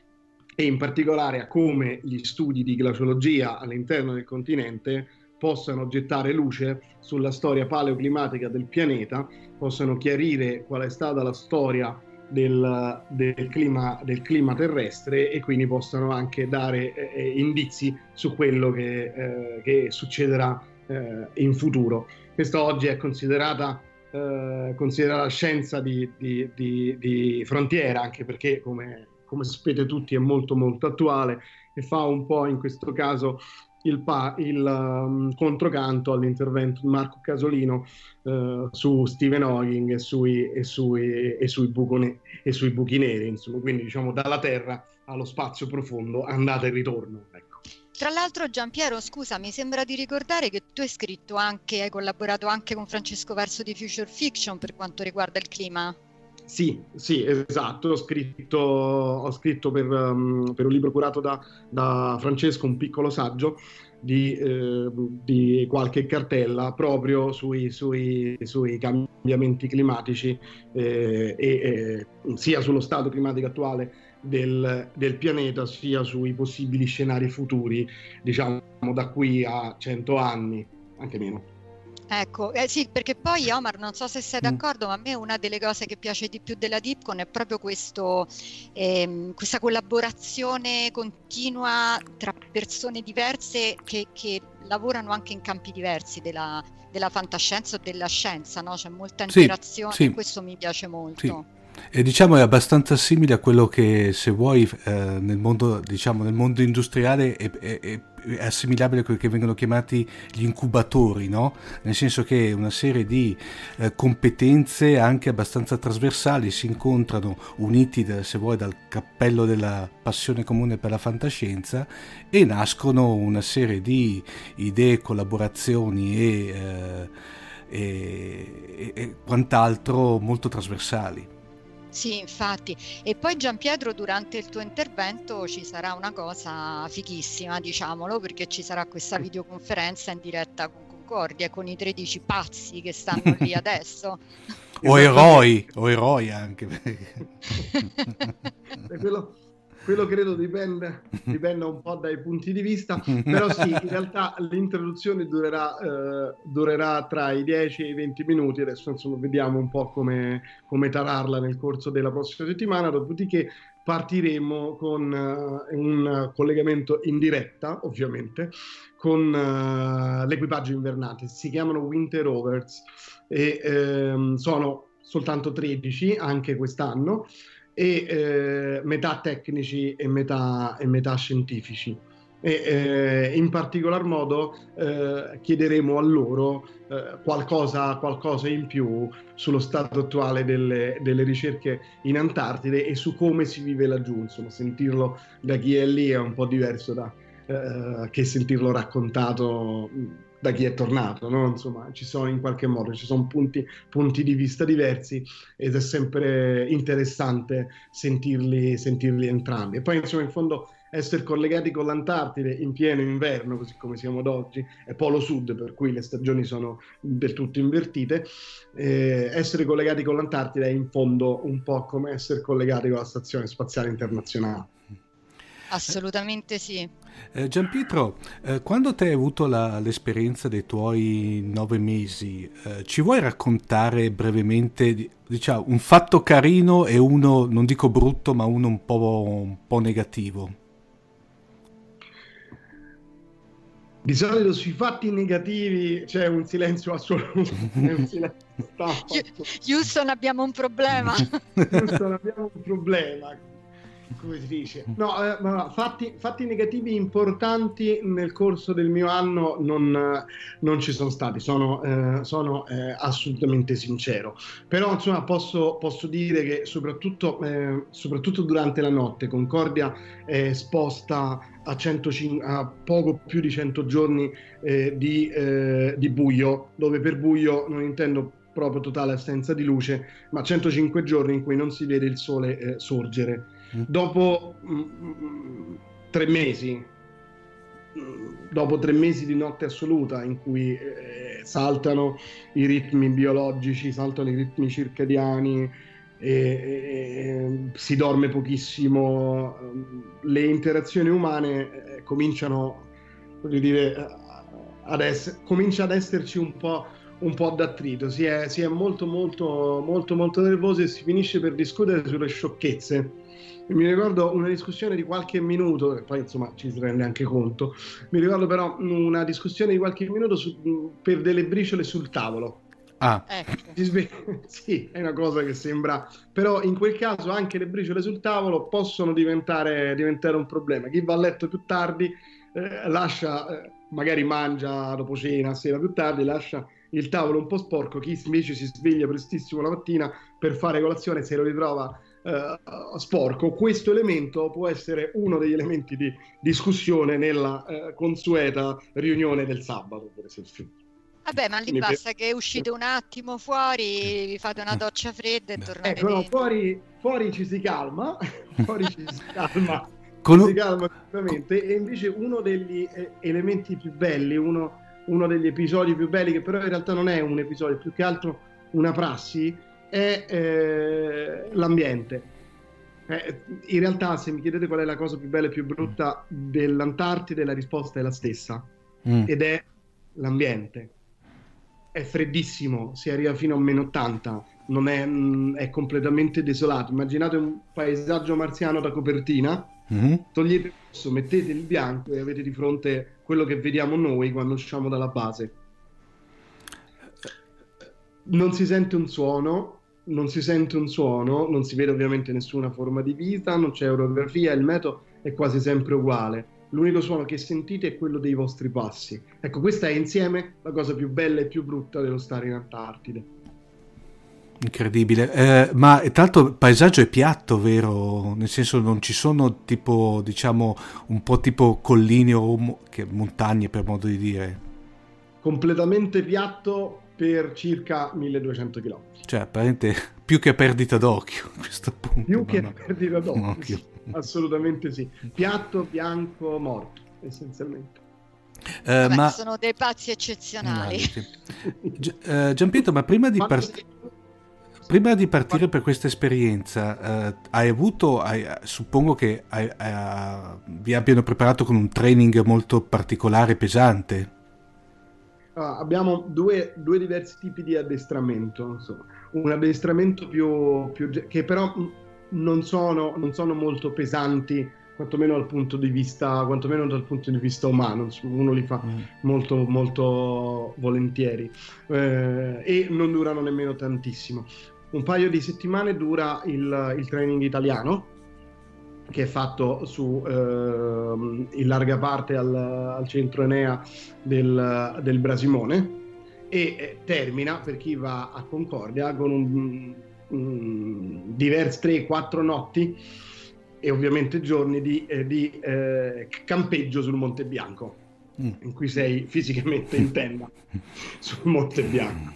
e in particolare a come gli studi di glaciologia all'interno del continente possano gettare luce sulla storia paleoclimatica del pianeta, possano chiarire qual è stata la storia del, del, clima, del clima terrestre e quindi possano anche dare eh, indizi su quello che, eh, che succederà eh, in futuro. Questa oggi è considerata, eh, considerata scienza di, di, di, di frontiera, anche perché, come, come sapete tutti, è molto molto attuale e fa un po' in questo caso il, pa- il um, controcanto all'intervento di Marco Casolino uh, su Stephen Hawking e sui, e sui, e sui, bucone- e sui buchi neri, insomma, quindi diciamo dalla Terra allo spazio profondo, andata e ritorno, ecco.
Tra l'altro Gianpiero, scusa, mi sembra di ricordare che tu hai scritto anche, hai collaborato anche con Francesco Verso di Future Fiction per quanto riguarda il clima.
Sì, sì, esatto, ho scritto, ho scritto per, um, per un libro curato da, da Francesco un piccolo saggio di, eh, di qualche cartella proprio sui, sui, sui cambiamenti climatici eh, e eh, sia sullo stato climatico attuale del, del pianeta, sia sui possibili scenari futuri, diciamo da qui a cento anni, anche meno.
Ecco, eh sì, perché poi Omar, non so se sei d'accordo, ma a me una delle cose che piace di più della DeepCon è proprio questo, ehm, questa collaborazione continua tra persone diverse che, che lavorano anche in campi diversi della, della fantascienza o della scienza, no? C'è molta interazione,
sì, sì.
E questo mi piace molto.
Sì. E diciamo è abbastanza simile a quello che, se vuoi, eh, nel mondo, diciamo, nel mondo industriale è, è, è assimilabile a quelli che vengono chiamati gli incubatori, no? Nel senso che una serie di eh, competenze anche abbastanza trasversali si incontrano, uniti, da, se vuoi, dal cappello della passione comune per la fantascienza, e nascono una serie di idee, collaborazioni e, eh, e, e quant'altro molto trasversali.
Sì, infatti. E poi Gianpietro, durante il tuo intervento ci sarà una cosa fighissima, diciamolo, perché ci sarà questa videoconferenza in diretta con Concordia, con i tredici pazzi che stanno lì adesso.
O eroi, o eroi anche.
quello, quello credo dipende, dipende un po' dai punti di vista, però sì, in realtà l'introduzione durerà, eh, durerà tra i dieci e i venti minuti, adesso insomma vediamo un po' come, come tararla nel corso della prossima settimana, dopodiché partiremo con uh, un collegamento in diretta, ovviamente, con uh, l'equipaggio invernante. Si chiamano Winter Rovers e um, sono soltanto tredici anche quest'anno, e eh, metà tecnici e metà, e metà scientifici. E eh, in particolar modo eh, chiederemo a loro eh, qualcosa, qualcosa in più sullo stato attuale delle, delle ricerche in Antartide e su come si vive laggiù. Insomma, sentirlo da chi è lì è un po' diverso da, eh, che sentirlo raccontato da chi è tornato, no? Insomma, ci sono in qualche modo, ci sono punti, punti di vista diversi ed è sempre interessante sentirli, sentirli entrambi. E poi, insomma, in fondo essere collegati con l'Antartide in pieno inverno, così come siamo ad oggi, è polo sud, per cui le stagioni sono del tutto invertite, eh, essere collegati con l'Antartide è in fondo un po' come essere collegati con la Stazione Spaziale Internazionale.
Assolutamente sì.
Eh, Gianpietro, eh, quando te hai avuto la, l'esperienza dei tuoi nove mesi, eh, ci vuoi raccontare brevemente, diciamo, un fatto carino e uno, non dico brutto, ma uno un po', un po' negativo?
Di solito sui fatti negativi c'è un silenzio assoluto. Un silenzio
Houston, abbiamo un problema.
Houston, abbiamo un problema. Come si dice? No, eh, ma fatti, fatti negativi importanti nel corso del mio anno non, non ci sono stati, sono, eh, sono eh, assolutamente sincero. Però insomma posso, posso dire che soprattutto, eh, soprattutto durante la notte Concordia è esposta a, centocinque, a poco più di cento giorni eh, di, eh, di buio, dove per buio non intendo proprio totale assenza di luce, ma centocinque giorni in cui non si vede il sole eh, sorgere. Dopo mh, tre mesi, mh, dopo tre mesi di notte assoluta in cui eh, saltano i ritmi biologici, saltano i ritmi circadiani, e, e, si dorme pochissimo, le interazioni umane eh, cominciano, voglio dire, ad essere, comincia ad esserci un po', un po' d'attrito, si è, si è molto molto molto molto nervosi e si finisce per discutere sulle sciocchezze. Mi ricordo una discussione di qualche minuto, e poi insomma ci si rende anche conto, mi ricordo però una discussione di qualche minuto su, per delle briciole sul tavolo.
Ah.
Ecco.
Sì, è una cosa che sembra, però in quel caso anche le briciole sul tavolo possono diventare, diventare un problema. Chi va a letto più tardi eh, lascia, eh, magari mangia dopo cena, sera più tardi, lascia il tavolo un po' sporco, chi invece si sveglia prestissimo la mattina per fare colazione se lo ritrova Uh, sporco. Questo elemento può essere uno degli elementi di discussione nella uh, consueta riunione del sabato, per esempio.
Vabbè, ma lì Quindi basta per... che uscite un attimo fuori, vi fate una doccia fredda e tornate
ecco, no,
dentro.
Fuori, fuori ci si calma, fuori ci si calma,
Con...
ci si calma sicuramente, e invece uno degli eh, elementi più belli, uno, uno degli episodi più belli, che però in realtà non è un episodio, più che altro una prassi, è eh, l'ambiente. Eh, in realtà, se mi chiedete qual è la cosa più bella e più brutta dell'Antartide, la risposta è la stessa, mm. ed è l'ambiente. È freddissimo, si arriva fino a meno ottanta, non è, mh, è completamente desolato. Immaginate un paesaggio marziano da copertina, mm-hmm. togliete il rosso, mettete il bianco e avete di fronte quello che vediamo noi quando usciamo dalla base. Non si sente un suono, non si sente un suono, non si vede ovviamente nessuna forma di vita, non c'è orografia, il meteo è quasi sempre uguale. L'unico suono che sentite è quello dei vostri passi. Ecco, questa è insieme la cosa più bella e più brutta dello stare in Antartide.
Incredibile, eh, ma tra l'altro il paesaggio è piatto, vero? Nel senso non ci sono tipo, diciamo, un po' tipo colline o mo- che montagne, per modo di dire.
Completamente piatto per circa milleduecento chilometri.
Cioè, apparentemente più che a perdita d'occhio a questo punto.
Più che
no.
a perdita d'occhio, sì, assolutamente sì. Piatto, bianco, morto, essenzialmente.
Eh,
Vabbè,
ma...
sono dei pazzi eccezionali.
No, sì. Gi- uh, Gianpietro, ma prima di partire... Prima di partire per questa esperienza, eh, hai avuto, hai, suppongo che hai, hai, vi abbiano preparato con un training molto particolare, pesante.
Ah, abbiamo due, due diversi tipi di addestramento, insomma. Un addestramento più, più che però non sono, non sono molto pesanti, quantomeno dal punto di vista, quantomeno dal punto di vista umano, uno li fa mm. molto molto volentieri, eh, e non durano nemmeno tantissimo. Un paio di settimane dura il, il training italiano, che è fatto su eh, in larga parte al, al centro Enea del, del Brasimone, e eh, termina, per chi va a Concordia, con un, un diverse tre quattro notti e ovviamente giorni di, eh, di eh, campeggio sul Monte Bianco, mm. in cui sei fisicamente in tenda sul Monte Bianco.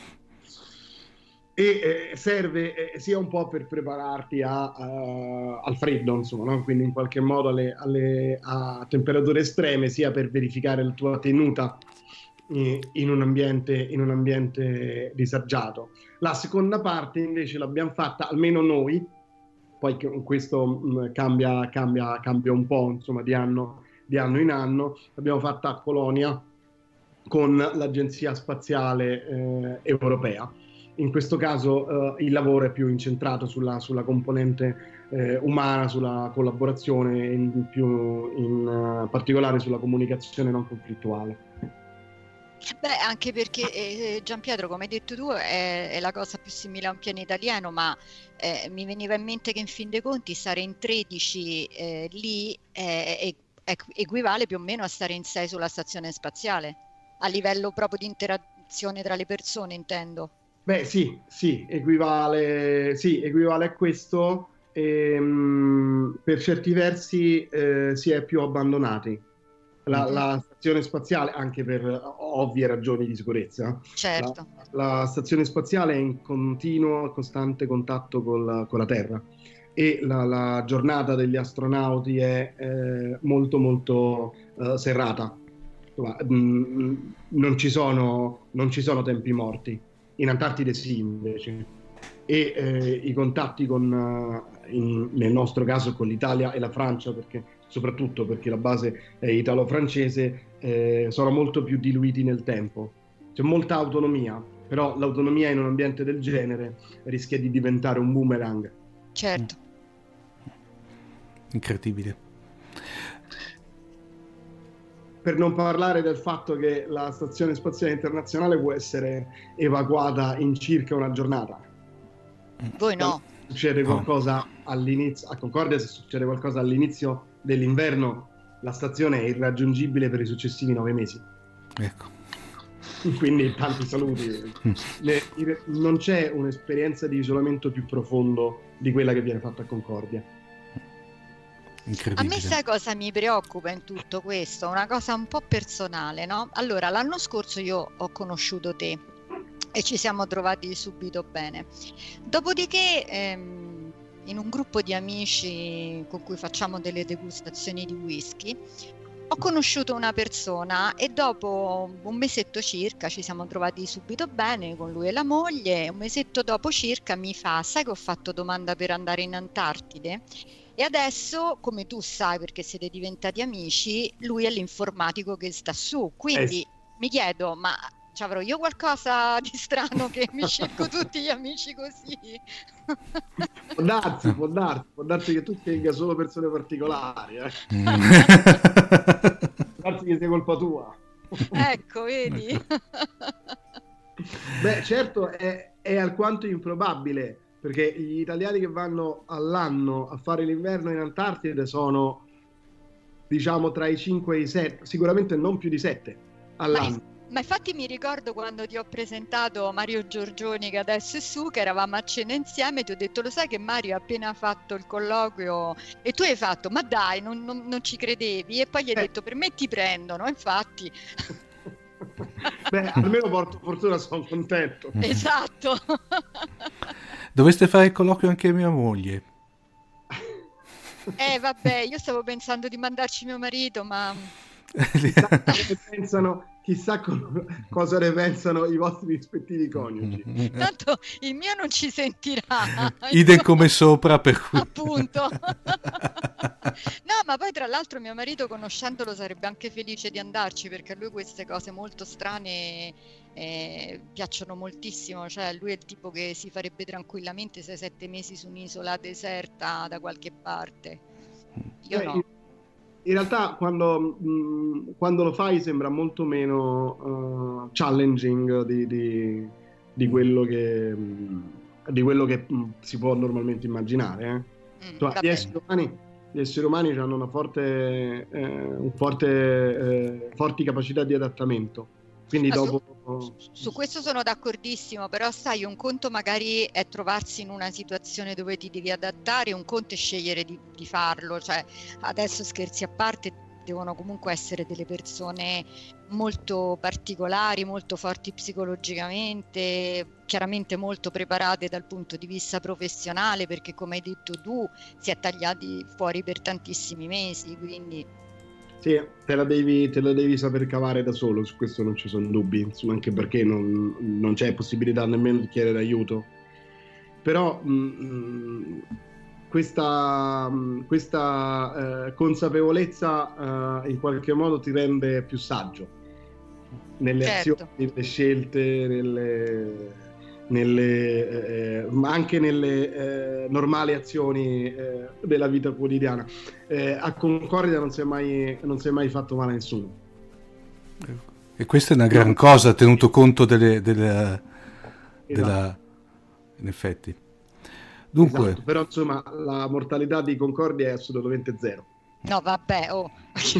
E eh, serve eh, sia un po' per prepararti a, a, al freddo, insomma, no? Quindi in qualche modo alle, alle, a temperature estreme, sia per verificare la tua tenuta eh, in un ambiente, in un ambiente disagiato. La seconda parte invece l'abbiamo fatta, almeno noi, poi questo mh, cambia, cambia, cambia un po', insomma, di anno, di anno in anno, l'abbiamo fatta a Colonia con l'Agenzia Spaziale eh, Europea. In questo caso eh, il lavoro è più incentrato sulla, sulla componente eh, umana, sulla collaborazione, in, più in uh, particolare sulla comunicazione non conflittuale.
Beh, anche perché eh, Gianpietro, come hai detto tu, è, è la cosa più simile a un pianeta alieno, ma eh, mi veniva in mente che in fin dei conti stare in tredici eh, lì è, è, è, equivale più o meno a stare in sei sulla stazione spaziale, a livello proprio di interazione tra le persone, intendo.
Beh, sì, sì, equivale, sì, equivale a questo. Ehm, per certi versi eh, si è più abbandonati. La, mm-hmm. la stazione spaziale, anche per ovvie ragioni di sicurezza,
certo.
la, la stazione spaziale è in continuo, costante contatto col, con la Terra, e la, la giornata degli astronauti è eh, molto molto uh, serrata. Insomma, mh, non ci sono, non ci sono tempi morti. In Antartide sì, invece, e eh, i contatti con, uh, in, nel nostro caso con l'Italia e la Francia, perché soprattutto perché la base è italo-francese, eh, sono molto più diluiti nel tempo. C'è molta autonomia, però l'autonomia in un ambiente del genere rischia di diventare un boomerang.
Certo.
Incredibile.
Per non parlare del fatto che la Stazione Spaziale Internazionale può essere evacuata in circa una giornata.
Voi no.
Se succede qualcosa all'inizio, a Concordia, se succede qualcosa all'inizio dell'inverno, la stazione è irraggiungibile per i successivi nove mesi.
Ecco.
Quindi tanti saluti. Le, non c'è un'esperienza di isolamento più profondo di quella che viene fatta a Concordia.
A me sai cosa mi preoccupa in tutto questo? Una cosa un po' personale, no? Allora, l'anno scorso io ho conosciuto te e ci siamo trovati subito bene. Dopodiché, ehm, in un gruppo di amici con cui facciamo delle degustazioni di whisky, ho conosciuto una persona e dopo un mesetto circa ci siamo trovati subito bene con lui e la moglie. Un mesetto dopo circa mi fa: sai che ho fatto domanda per andare in Antartide? E adesso, come tu sai, perché siete diventati amici, lui è l'informatico che sta su. Quindi eh. mi chiedo, ma ci avrò io qualcosa di strano che mi scelgo tutti gli amici così?
Può darsi, può darsi, può darsi che tu scelga solo persone particolari. Eh. Può darsi che sia colpa tua.
Ecco, vedi?
Beh, certo, è, è alquanto improbabile, perché gli italiani che vanno all'anno a fare l'inverno in Antartide sono, diciamo, tra i cinque e i sette, sicuramente non più di sette all'anno.
Ma, ma infatti mi ricordo quando ti ho presentato Mario Giorgioni, che adesso è su, che eravamo a cena insieme, ti ho detto: lo sai che Mario ha appena fatto il colloquio? E tu hai fatto: ma dai, non, non, non ci credevi? E poi gli hai eh. detto: per me ti prendono, infatti.
Beh, almeno porto fortuna, sono contento.
Esatto.
Dovreste fare il colloquio anche mia moglie.
Eh vabbè, io stavo pensando di mandarci mio marito, ma
chissà che pensano, chissà co- cosa ne pensano i vostri rispettivi coniugi.
Tanto il mio non ci sentirà.
Idem come sopra, per cui...
Appunto. No, ma poi tra l'altro mio marito, conoscendolo, sarebbe anche felice di andarci, perché a lui queste cose molto strane eh, piacciono moltissimo. Cioè lui è il tipo che si farebbe tranquillamente sei sette mesi su un'isola deserta da qualche parte. Io
Eh,
no.
in, in realtà quando, mh, quando lo fai sembra molto meno uh, challenging di, di, di quello che, mh, di quello che mh, si può normalmente immaginare. Eh.
Mm,
Cioè,
va
gli,
bene.
esseri umani, gli esseri umani hanno una forte, eh, un forte, eh, forti capacità di adattamento. Quindi
Ah, su-
dopo...
Su questo sono d'accordissimo, però sai, un conto magari è trovarsi in una situazione dove ti devi adattare, un conto è scegliere di, di farlo. Cioè, adesso scherzi a parte, devono comunque essere delle persone molto particolari, molto forti psicologicamente, chiaramente molto preparate dal punto di vista professionale, perché come hai detto tu, si è tagliati fuori per tantissimi mesi, quindi...
Sì, te la devi, te la devi saper cavare da solo, su questo non ci sono dubbi, insomma, anche perché non, non c'è possibilità nemmeno di chiedere aiuto. Però mh, questa, mh, questa eh, consapevolezza eh, in qualche modo ti rende più saggio nelle
Certo.
azioni, nelle scelte, nelle, nelle, eh, ma anche nelle eh, normali azioni eh, della vita quotidiana. Eh, a Concordia non si è mai, non si è mai fatto male a nessuno.
E questa è una gran cosa, tenuto conto delle, delle, della... in effetti. Dunque,
Esatto, però insomma la mortalità di Concordia è assolutamente zero.
No, vabbè, oh.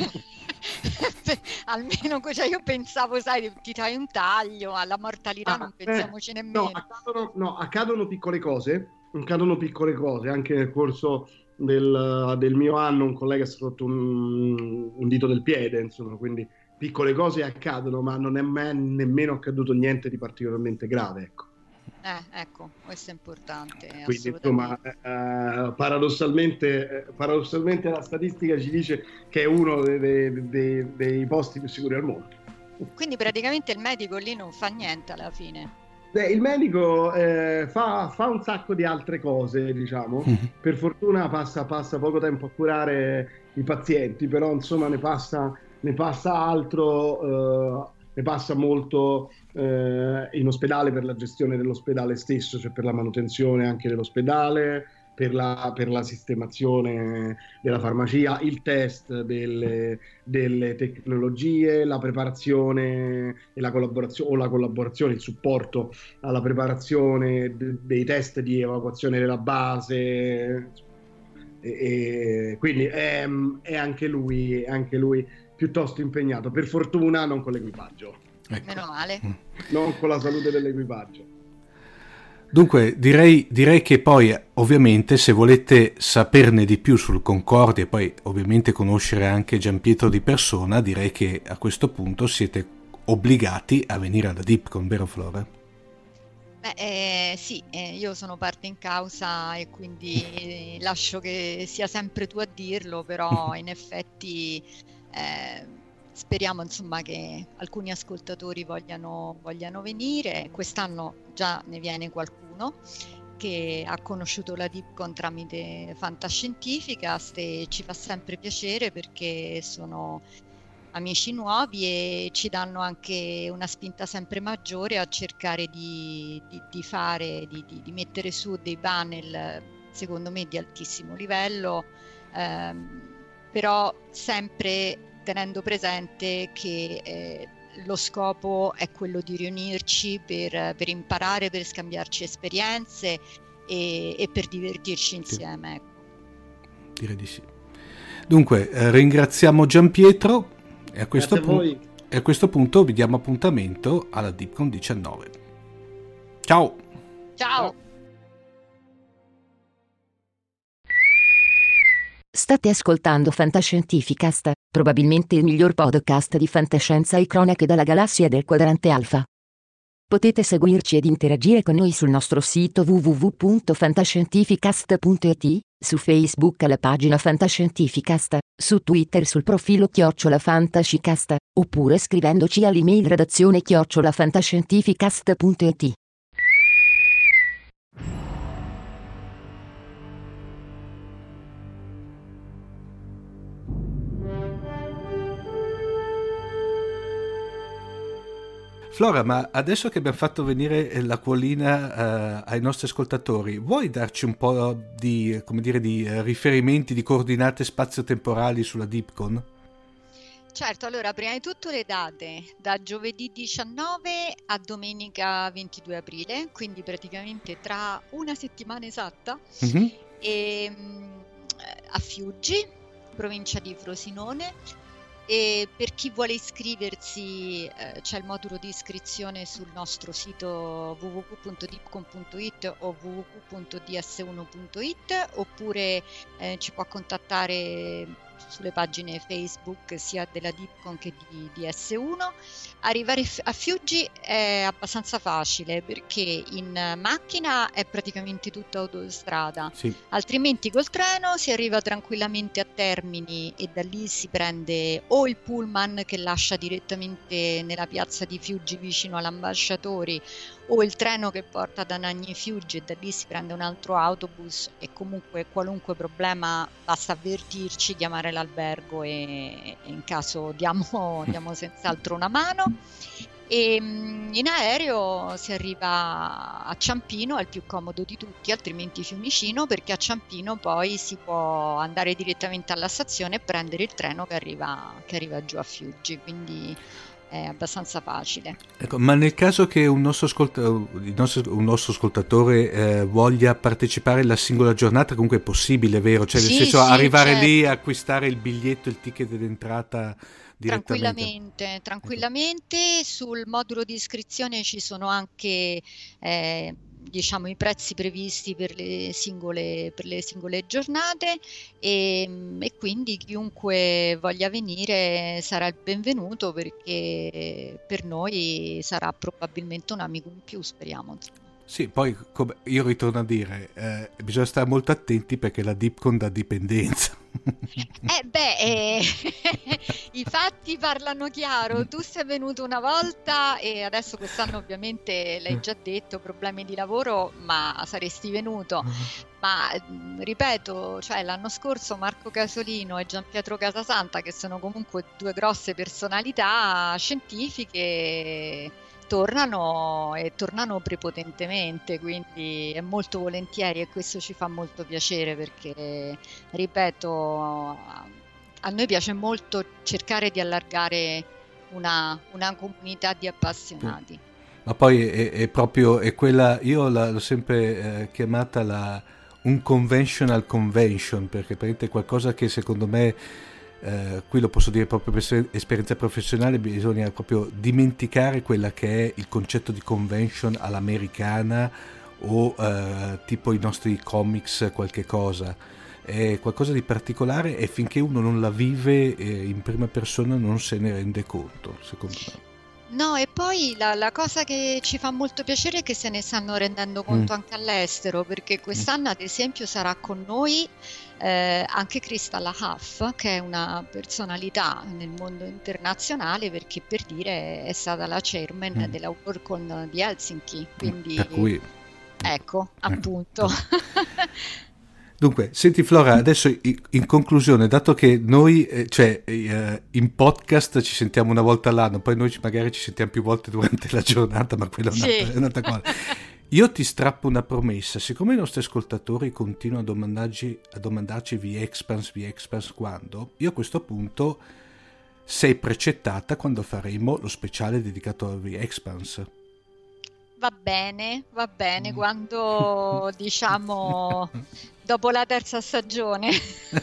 Almeno cioè io pensavo, sai, ti fai un taglio, alla mortalità
Ah,
non
eh,
pensiamoci nemmeno.
No, accadono, no, accadono piccole cose, accadono piccole cose, anche nel corso del, del mio anno un collega si è rotto un, un dito del piede, insomma, quindi piccole cose accadono, ma non è mai nemmeno accaduto niente di particolarmente grave, ecco.
Eh, ecco, questo è importante.
Quindi
Assolutamente.
insomma eh, paradossalmente, eh, paradossalmente la statistica ci dice che è uno dei, dei- dei- dei posti più sicuri al mondo.
Quindi praticamente il medico lì non fa niente alla fine.
Beh, il medico eh, fa, fa un sacco di altre cose, diciamo. Per fortuna passa, passa poco tempo a curare i pazienti, però insomma ne passa, ne passa altro, eh, ne passa molto eh, in ospedale per la gestione dell'ospedale stesso, cioè per la manutenzione anche dell'ospedale, per la, per la sistemazione della farmacia, il test delle, delle tecnologie, la preparazione e la collaborazione, o la collaborazione, il supporto alla preparazione de- dei test di evacuazione della base. E, e quindi è, è anche lui, è anche lui piuttosto impegnato, per fortuna non con l'equipaggio,
ecco.
Meno male.
non con la salute dell'equipaggio.
Dunque, direi, direi che poi, ovviamente, se volete saperne di più sul Concordia e poi ovviamente conoscere anche Gianpietro di persona, direi che a questo punto siete obbligati a venire alla Dipcon, vero Flora?
Beh, eh, sì, eh, io sono parte in causa e quindi eh, lascio che sia sempre tu a dirlo, però in effetti eh, speriamo insomma che alcuni ascoltatori vogliano, vogliano venire. Quest'anno già ne viene qualcuno che ha conosciuto la Dipcon tramite Fantascientificast e ci fa sempre piacere perché sono amici nuovi e ci danno anche una spinta sempre maggiore a cercare di, di, di fare, di, di, di mettere su dei panel secondo me di altissimo livello, ehm, però sempre tenendo presente che eh, lo scopo è quello di riunirci per, per imparare, per scambiarci esperienze e, e per divertirci insieme. Ecco.
Direi di sì. Dunque, eh, ringraziamo Gianpietro. E a, questo
Grazie a
pu-
voi.
e a questo punto vi diamo appuntamento alla Dipcon diciannove. Ciao!
Ciao!
State ascoltando Fantascientificast, probabilmente il miglior podcast di fantascienza e cronache dalla galassia del quadrante alfa. Potete seguirci ed interagire con noi sul nostro sito w w w punto fantascientificast punto i t, su Facebook alla pagina Fantascientificast, su Twitter sul profilo chiocciola Fantascicast, oppure scrivendoci all'email redazione chiocciola fantascientificast punto i t.
Flora, ma adesso che abbiamo fatto venire l'acquolina eh, ai nostri ascoltatori, vuoi darci un po' di, come dire, di eh, riferimenti, di coordinate spazio-temporali sulla DeepCon?
Certo, allora prima di tutto le date, da giovedì diciannove a domenica ventidue aprile, quindi praticamente tra una settimana esatta, mm-hmm. e, a Fiuggi, provincia di Frosinone. E per chi vuole iscriversi eh, c'è il modulo di iscrizione sul nostro sito w w w punto deepcon punto i t o w w w punto d s uno punto i t, oppure eh, ci può contattare sulle pagine Facebook sia della DeepCon che di D S uno. Arrivare a Fiuggi è abbastanza facile perché in macchina è praticamente tutta autostrada, sì. Altrimenti col treno si arriva tranquillamente a Termini e da lì si prende o il pullman che lascia direttamente nella piazza di Fiuggi vicino all'Ambasciatori, o il treno che porta da Nagni Fiuggi e da lì si prende un altro autobus, e comunque qualunque problema basta avvertirci, chiamare l'albergo e, e in caso diamo, diamo senz'altro una mano. E in aereo si arriva a Ciampino, è il più comodo di tutti, altrimenti Fiumicino, perché a Ciampino poi si può andare direttamente alla stazione e prendere il treno che arriva, che arriva giù a Fiuggi, quindi è abbastanza facile.
Ecco, ma nel caso che un nostro, ascolta- un nostro, un nostro ascoltatore eh, voglia partecipare alla singola giornata, comunque è possibile, vero? Cioè, nel
sì,
senso,
sì,
arrivare
certo.
lì, acquistare il biglietto, il ticket d'entrata direttamente.
Tranquillamente, tranquillamente. Sul modulo di iscrizione ci sono anche eh, diciamo i prezzi previsti per le singole, per le singole giornate, e, e quindi chiunque voglia venire sarà il benvenuto, perché per noi sarà probabilmente un amico in più, speriamo, insomma.
Sì, poi come io ritorno a dire, eh, bisogna stare molto attenti perché la DeepCon dà dipendenza.
Eh beh, eh, i fatti parlano chiaro. Tu sei venuto una volta e adesso quest'anno ovviamente l'hai già detto, problemi di lavoro, ma saresti venuto. Ma ripeto, cioè l'anno scorso Marco Casolino e Gianpietro Casasanta, che sono comunque due grosse personalità scientifiche, tornano e tornano prepotentemente, quindi è molto volentieri, e questo ci fa molto piacere perché, ripeto, a noi piace molto cercare di allargare una, una comunità di appassionati.
Ma poi è, è proprio è quella, io la, l'ho sempre eh, chiamata la, un conventional convention, perché praticamente è qualcosa che secondo me Uh, qui lo posso dire proprio per esperienza professionale, bisogna proprio dimenticare quella che è il concetto di convention all'americana o uh, tipo i nostri comics, qualche cosa. È qualcosa di particolare e finché uno non la vive eh, in prima persona non se ne rende conto, secondo me.
No, e poi la, la cosa che ci fa molto piacere è che se ne stanno rendendo conto mm. anche all'estero, perché quest'anno ad esempio sarà con noi eh, anche Crystal Huff, che è una personalità nel mondo internazionale, perché per dire è stata la chairman mm. della WorldCon di Helsinki, quindi
per cui...
ecco, appunto.
Dunque, senti Flora, adesso in conclusione, dato che noi, eh, cioè eh, in podcast ci sentiamo una volta all'anno, poi noi magari ci sentiamo più volte durante la giornata, ma quella è un'altra, sì. è un'altra cosa. Io ti strappo una promessa, siccome i nostri ascoltatori continuano a domandarci, a domandarci V-Expanse, V-Expanse quando, io a questo punto sei precettata quando faremo lo speciale dedicato a V-Expanse.
Va bene, va bene, quando diciamo dopo la terza stagione.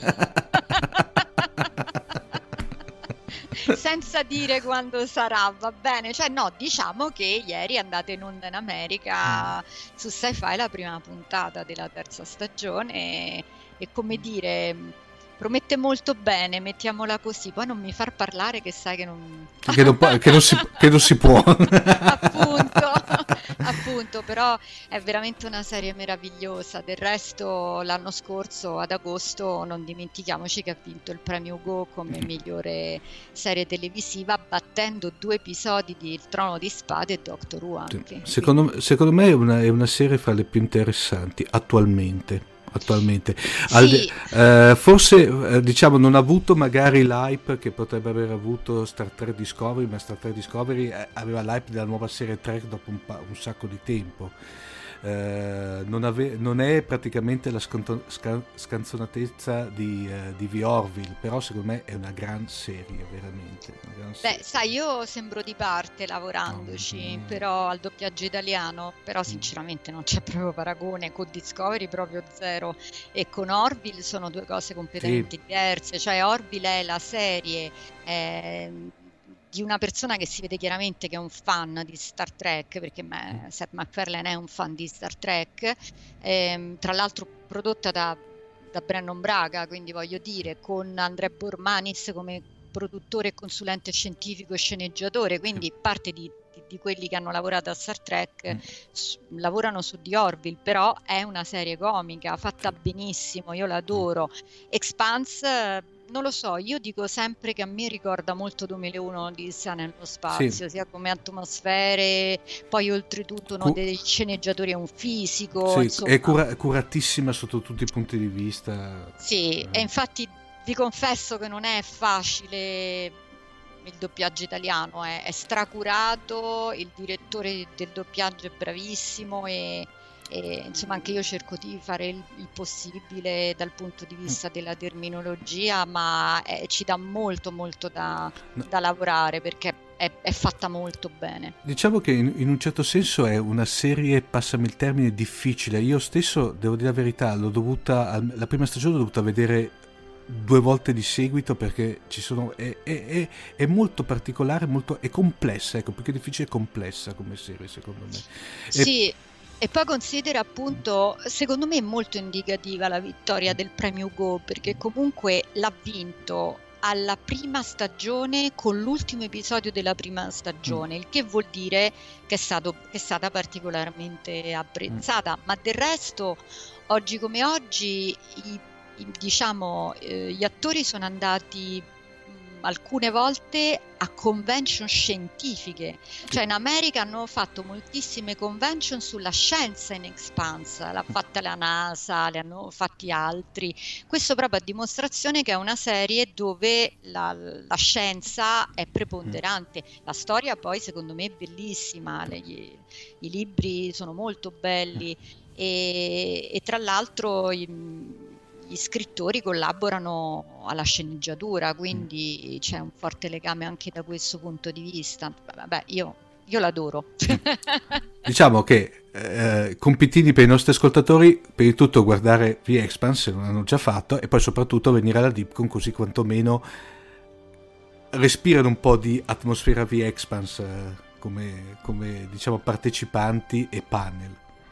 Senza dire quando sarà, va bene, cioè no, diciamo che ieri è andata in onda in America su Sci-Fi la prima puntata della terza stagione, e come dire, promette molto bene, mettiamola così. Poi non mi far parlare che sai che non...
Che non, che non, si, che non si può.
Appunto. appunto, però è veramente una serie meravigliosa. Del resto l'anno scorso ad agosto non dimentichiamoci che ha vinto il premio Hugo come migliore serie televisiva, battendo due episodi di Il Trono di Spade e Doctor Who anche.
Secondo, secondo me è una, è una serie fra le più interessanti attualmente. Attualmente Al,
Sì.
eh, forse eh, diciamo non ha avuto magari l'hype che potrebbe aver avuto Star Trek Discovery, ma Star Trek Discovery eh, aveva l'hype della nuova serie Trek dopo un, pa- un sacco di tempo. Eh, non, ave- non è praticamente la scanto- scan- scanzonatezza di, eh, di The Orville, però secondo me è una gran serie, veramente una gran serie.
Beh, sai, io sembro di parte lavorandoci,
No, no.
però al doppiaggio italiano, però sinceramente non c'è proprio paragone, con Discovery proprio zero, e con Orville sono due cose completamente
Sì.
diverse. Cioè Orville è la serie ehm, di una persona che si vede chiaramente che è un fan di Star Trek, perché me- Seth MacFarlane è un fan di Star Trek, ehm, tra l'altro prodotta da, da Brannon Braga, quindi voglio dire, con Andrea Bormanis come produttore, consulente scientifico e sceneggiatore, quindi parte di, di, di quelli che hanno lavorato a Star Trek
Mm.
s- lavorano su The Orville, però è una serie comica fatta benissimo, io l'adoro. Expanse, eh, non lo so, io dico sempre che a me ricorda molto duemilauno Odissea nello spazio,
Sì.
sia come atmosfere, poi oltretutto uno
Cu-
dei sceneggiatori è un fisico,
Sì,
insomma.
è cura- curatissima sotto tutti i punti di vista.
Sì,
Eh.
e infatti vi confesso che non è facile il doppiaggio italiano, è, è stracurato, il direttore del doppiaggio è bravissimo e, e, insomma anche io cerco di fare il, il possibile dal punto di vista della terminologia, ma eh, ci dà molto molto da,
No.
da lavorare perché è, è fatta molto bene.
Diciamo che in, in un certo senso è una serie, passami il termine, difficile. Io stesso, devo dire la verità, l'ho dovuta, al- la prima stagione l'ho dovuta vedere due volte di seguito perché ci sono, è, è- è- è molto particolare, molto, è complessa, ecco, più che difficile è complessa come serie secondo me. E-
Sì, e poi considera appunto, secondo me è molto indicativa la vittoria del premio Hugo, perché comunque l'ha vinto alla prima stagione con l'ultimo episodio della prima stagione, il che vuol dire che è stato, che è stata particolarmente apprezzata, ma del resto oggi come oggi i, i- diciamo eh, gli attori sono andati mh, alcune volte a convention scientifiche, cioè in America hanno fatto moltissime convention sulla scienza in Expanse, l'ha fatta la NASA, le hanno fatti altri, questo proprio a dimostrazione che è una serie dove la, la scienza è preponderante, la storia poi secondo me è bellissima, le- gli- i libri sono molto belli e, e tra l'altro i- gli scrittori collaborano alla sceneggiatura, quindi c'è un forte legame anche da questo punto di vista. Vabbè, io, io l'adoro.
Diciamo che eh, compitini per i nostri ascoltatori, per il tutto guardare The Expanse se non hanno già fatto, e poi soprattutto venire alla Dipcon, così quantomeno respirano un po' di atmosfera The Expanse eh, come, come diciamo partecipanti e panel.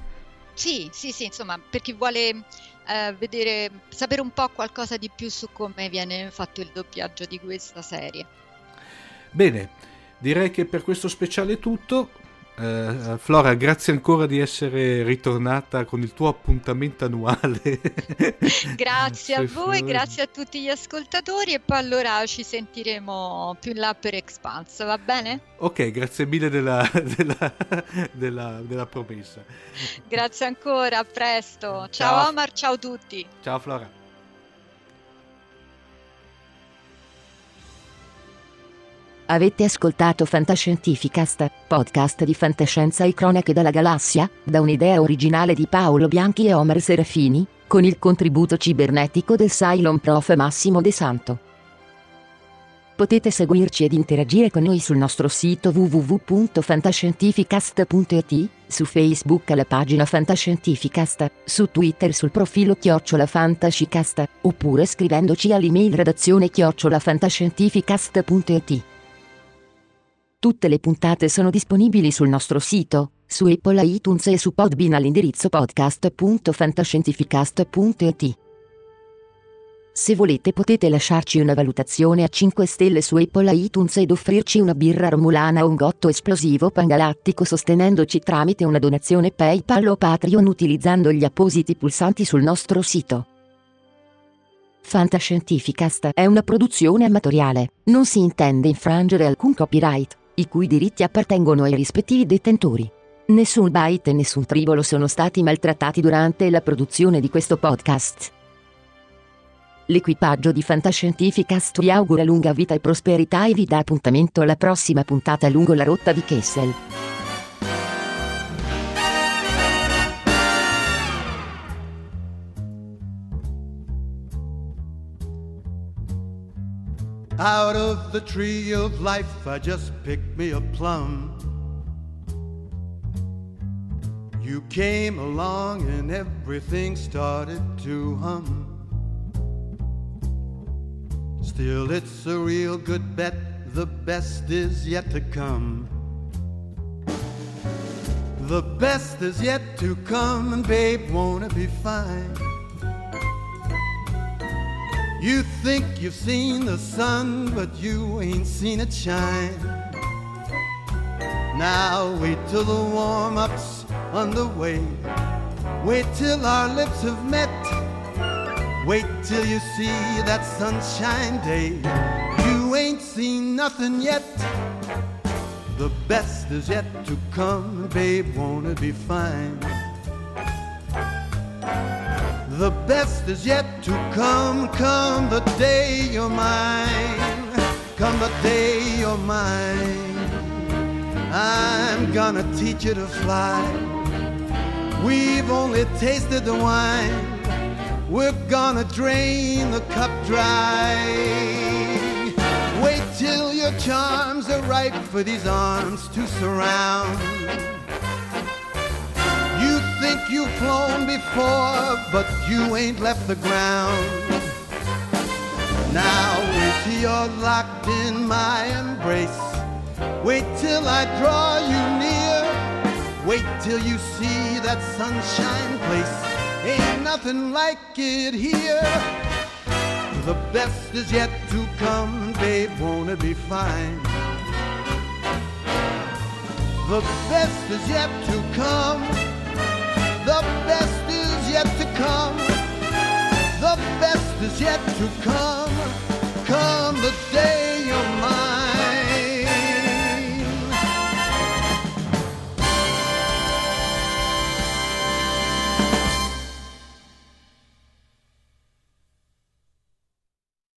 Sì, sì, sì, insomma, per chi vuole eh, vedere, sapere un po' qualcosa di più su come viene fatto il doppiaggio di questa serie.
Bene, direi che per questo speciale è tutto. Eh, Flora, grazie ancora di essere ritornata con il tuo appuntamento annuale.
Grazie a
Sui
voi,
film.
grazie a tutti gli ascoltatori e poi allora ci sentiremo più in là per Expanse, va bene?
Ok, grazie mille della, della, della, della promessa.
Grazie ancora, a presto. Ciao,
Ciao.
Omar, ciao a tutti.
Ciao Flora.
Avete ascoltato Fantascientificast, podcast di fantascienza e cronache dalla galassia, da un'idea originale di Paolo Bianchi e Omer Serafini, con il contributo cibernetico del Cylon Prof Massimo De Santo. Potete seguirci ed interagire con noi sul nostro sito w w w punto fantascientificast punto i t, su Facebook alla pagina Fantascientificast, su Twitter sul profilo chiocciola Fantascicast, oppure scrivendoci all'email redazione chiocciola fantascientificast punto i t. Tutte le puntate sono disponibili sul nostro sito, su Apple iTunes e su Podbean all'indirizzo podcast punto fantascientificast punto i t. Se volete potete lasciarci una valutazione a cinque stelle su Apple iTunes ed offrirci una birra romulana o un gotto esplosivo pangalattico sostenendoci tramite una donazione PayPal o Patreon utilizzando gli appositi pulsanti sul nostro sito. Fantascientificast è una produzione amatoriale, non si intende infrangere alcun copyright, i cui diritti appartengono ai rispettivi detentori. Nessun byte e nessun tribolo sono stati maltrattati durante la produzione di questo podcast. L'equipaggio di Fantascientificast vi augura lunga vita e prosperità e vi dà appuntamento alla prossima puntata lungo la rotta di Kessel.
Out of the tree of life I just picked me a plum. You came along and everything started to hum. Still it's a real good bet, the best is yet to come. The best is yet to come, and babe, won't it be fine? You think you've seen the sun, but you ain't seen it shine. Now wait till the warm-up's underway. Wait till our lips have met. Wait till you see that sunshine day. You ain't seen nothing yet. The best is yet to come, babe, won't it be fine? The best is yet to come, come the day you're mine. Come the day you're mine. I'm gonna teach you to fly. We've only tasted the wine. We're gonna drain the cup dry. Wait till your charms are ripe for these arms to surround. You think you've flown before, but you ain't left the ground. Now wait till you're locked in my embrace. Wait till I draw you near. Wait till you see that sunshine place. Ain't nothing like it here. The best is yet to come, babe, won't it be fine? The best is yet to come. The best is yet to come. The best is yet to come.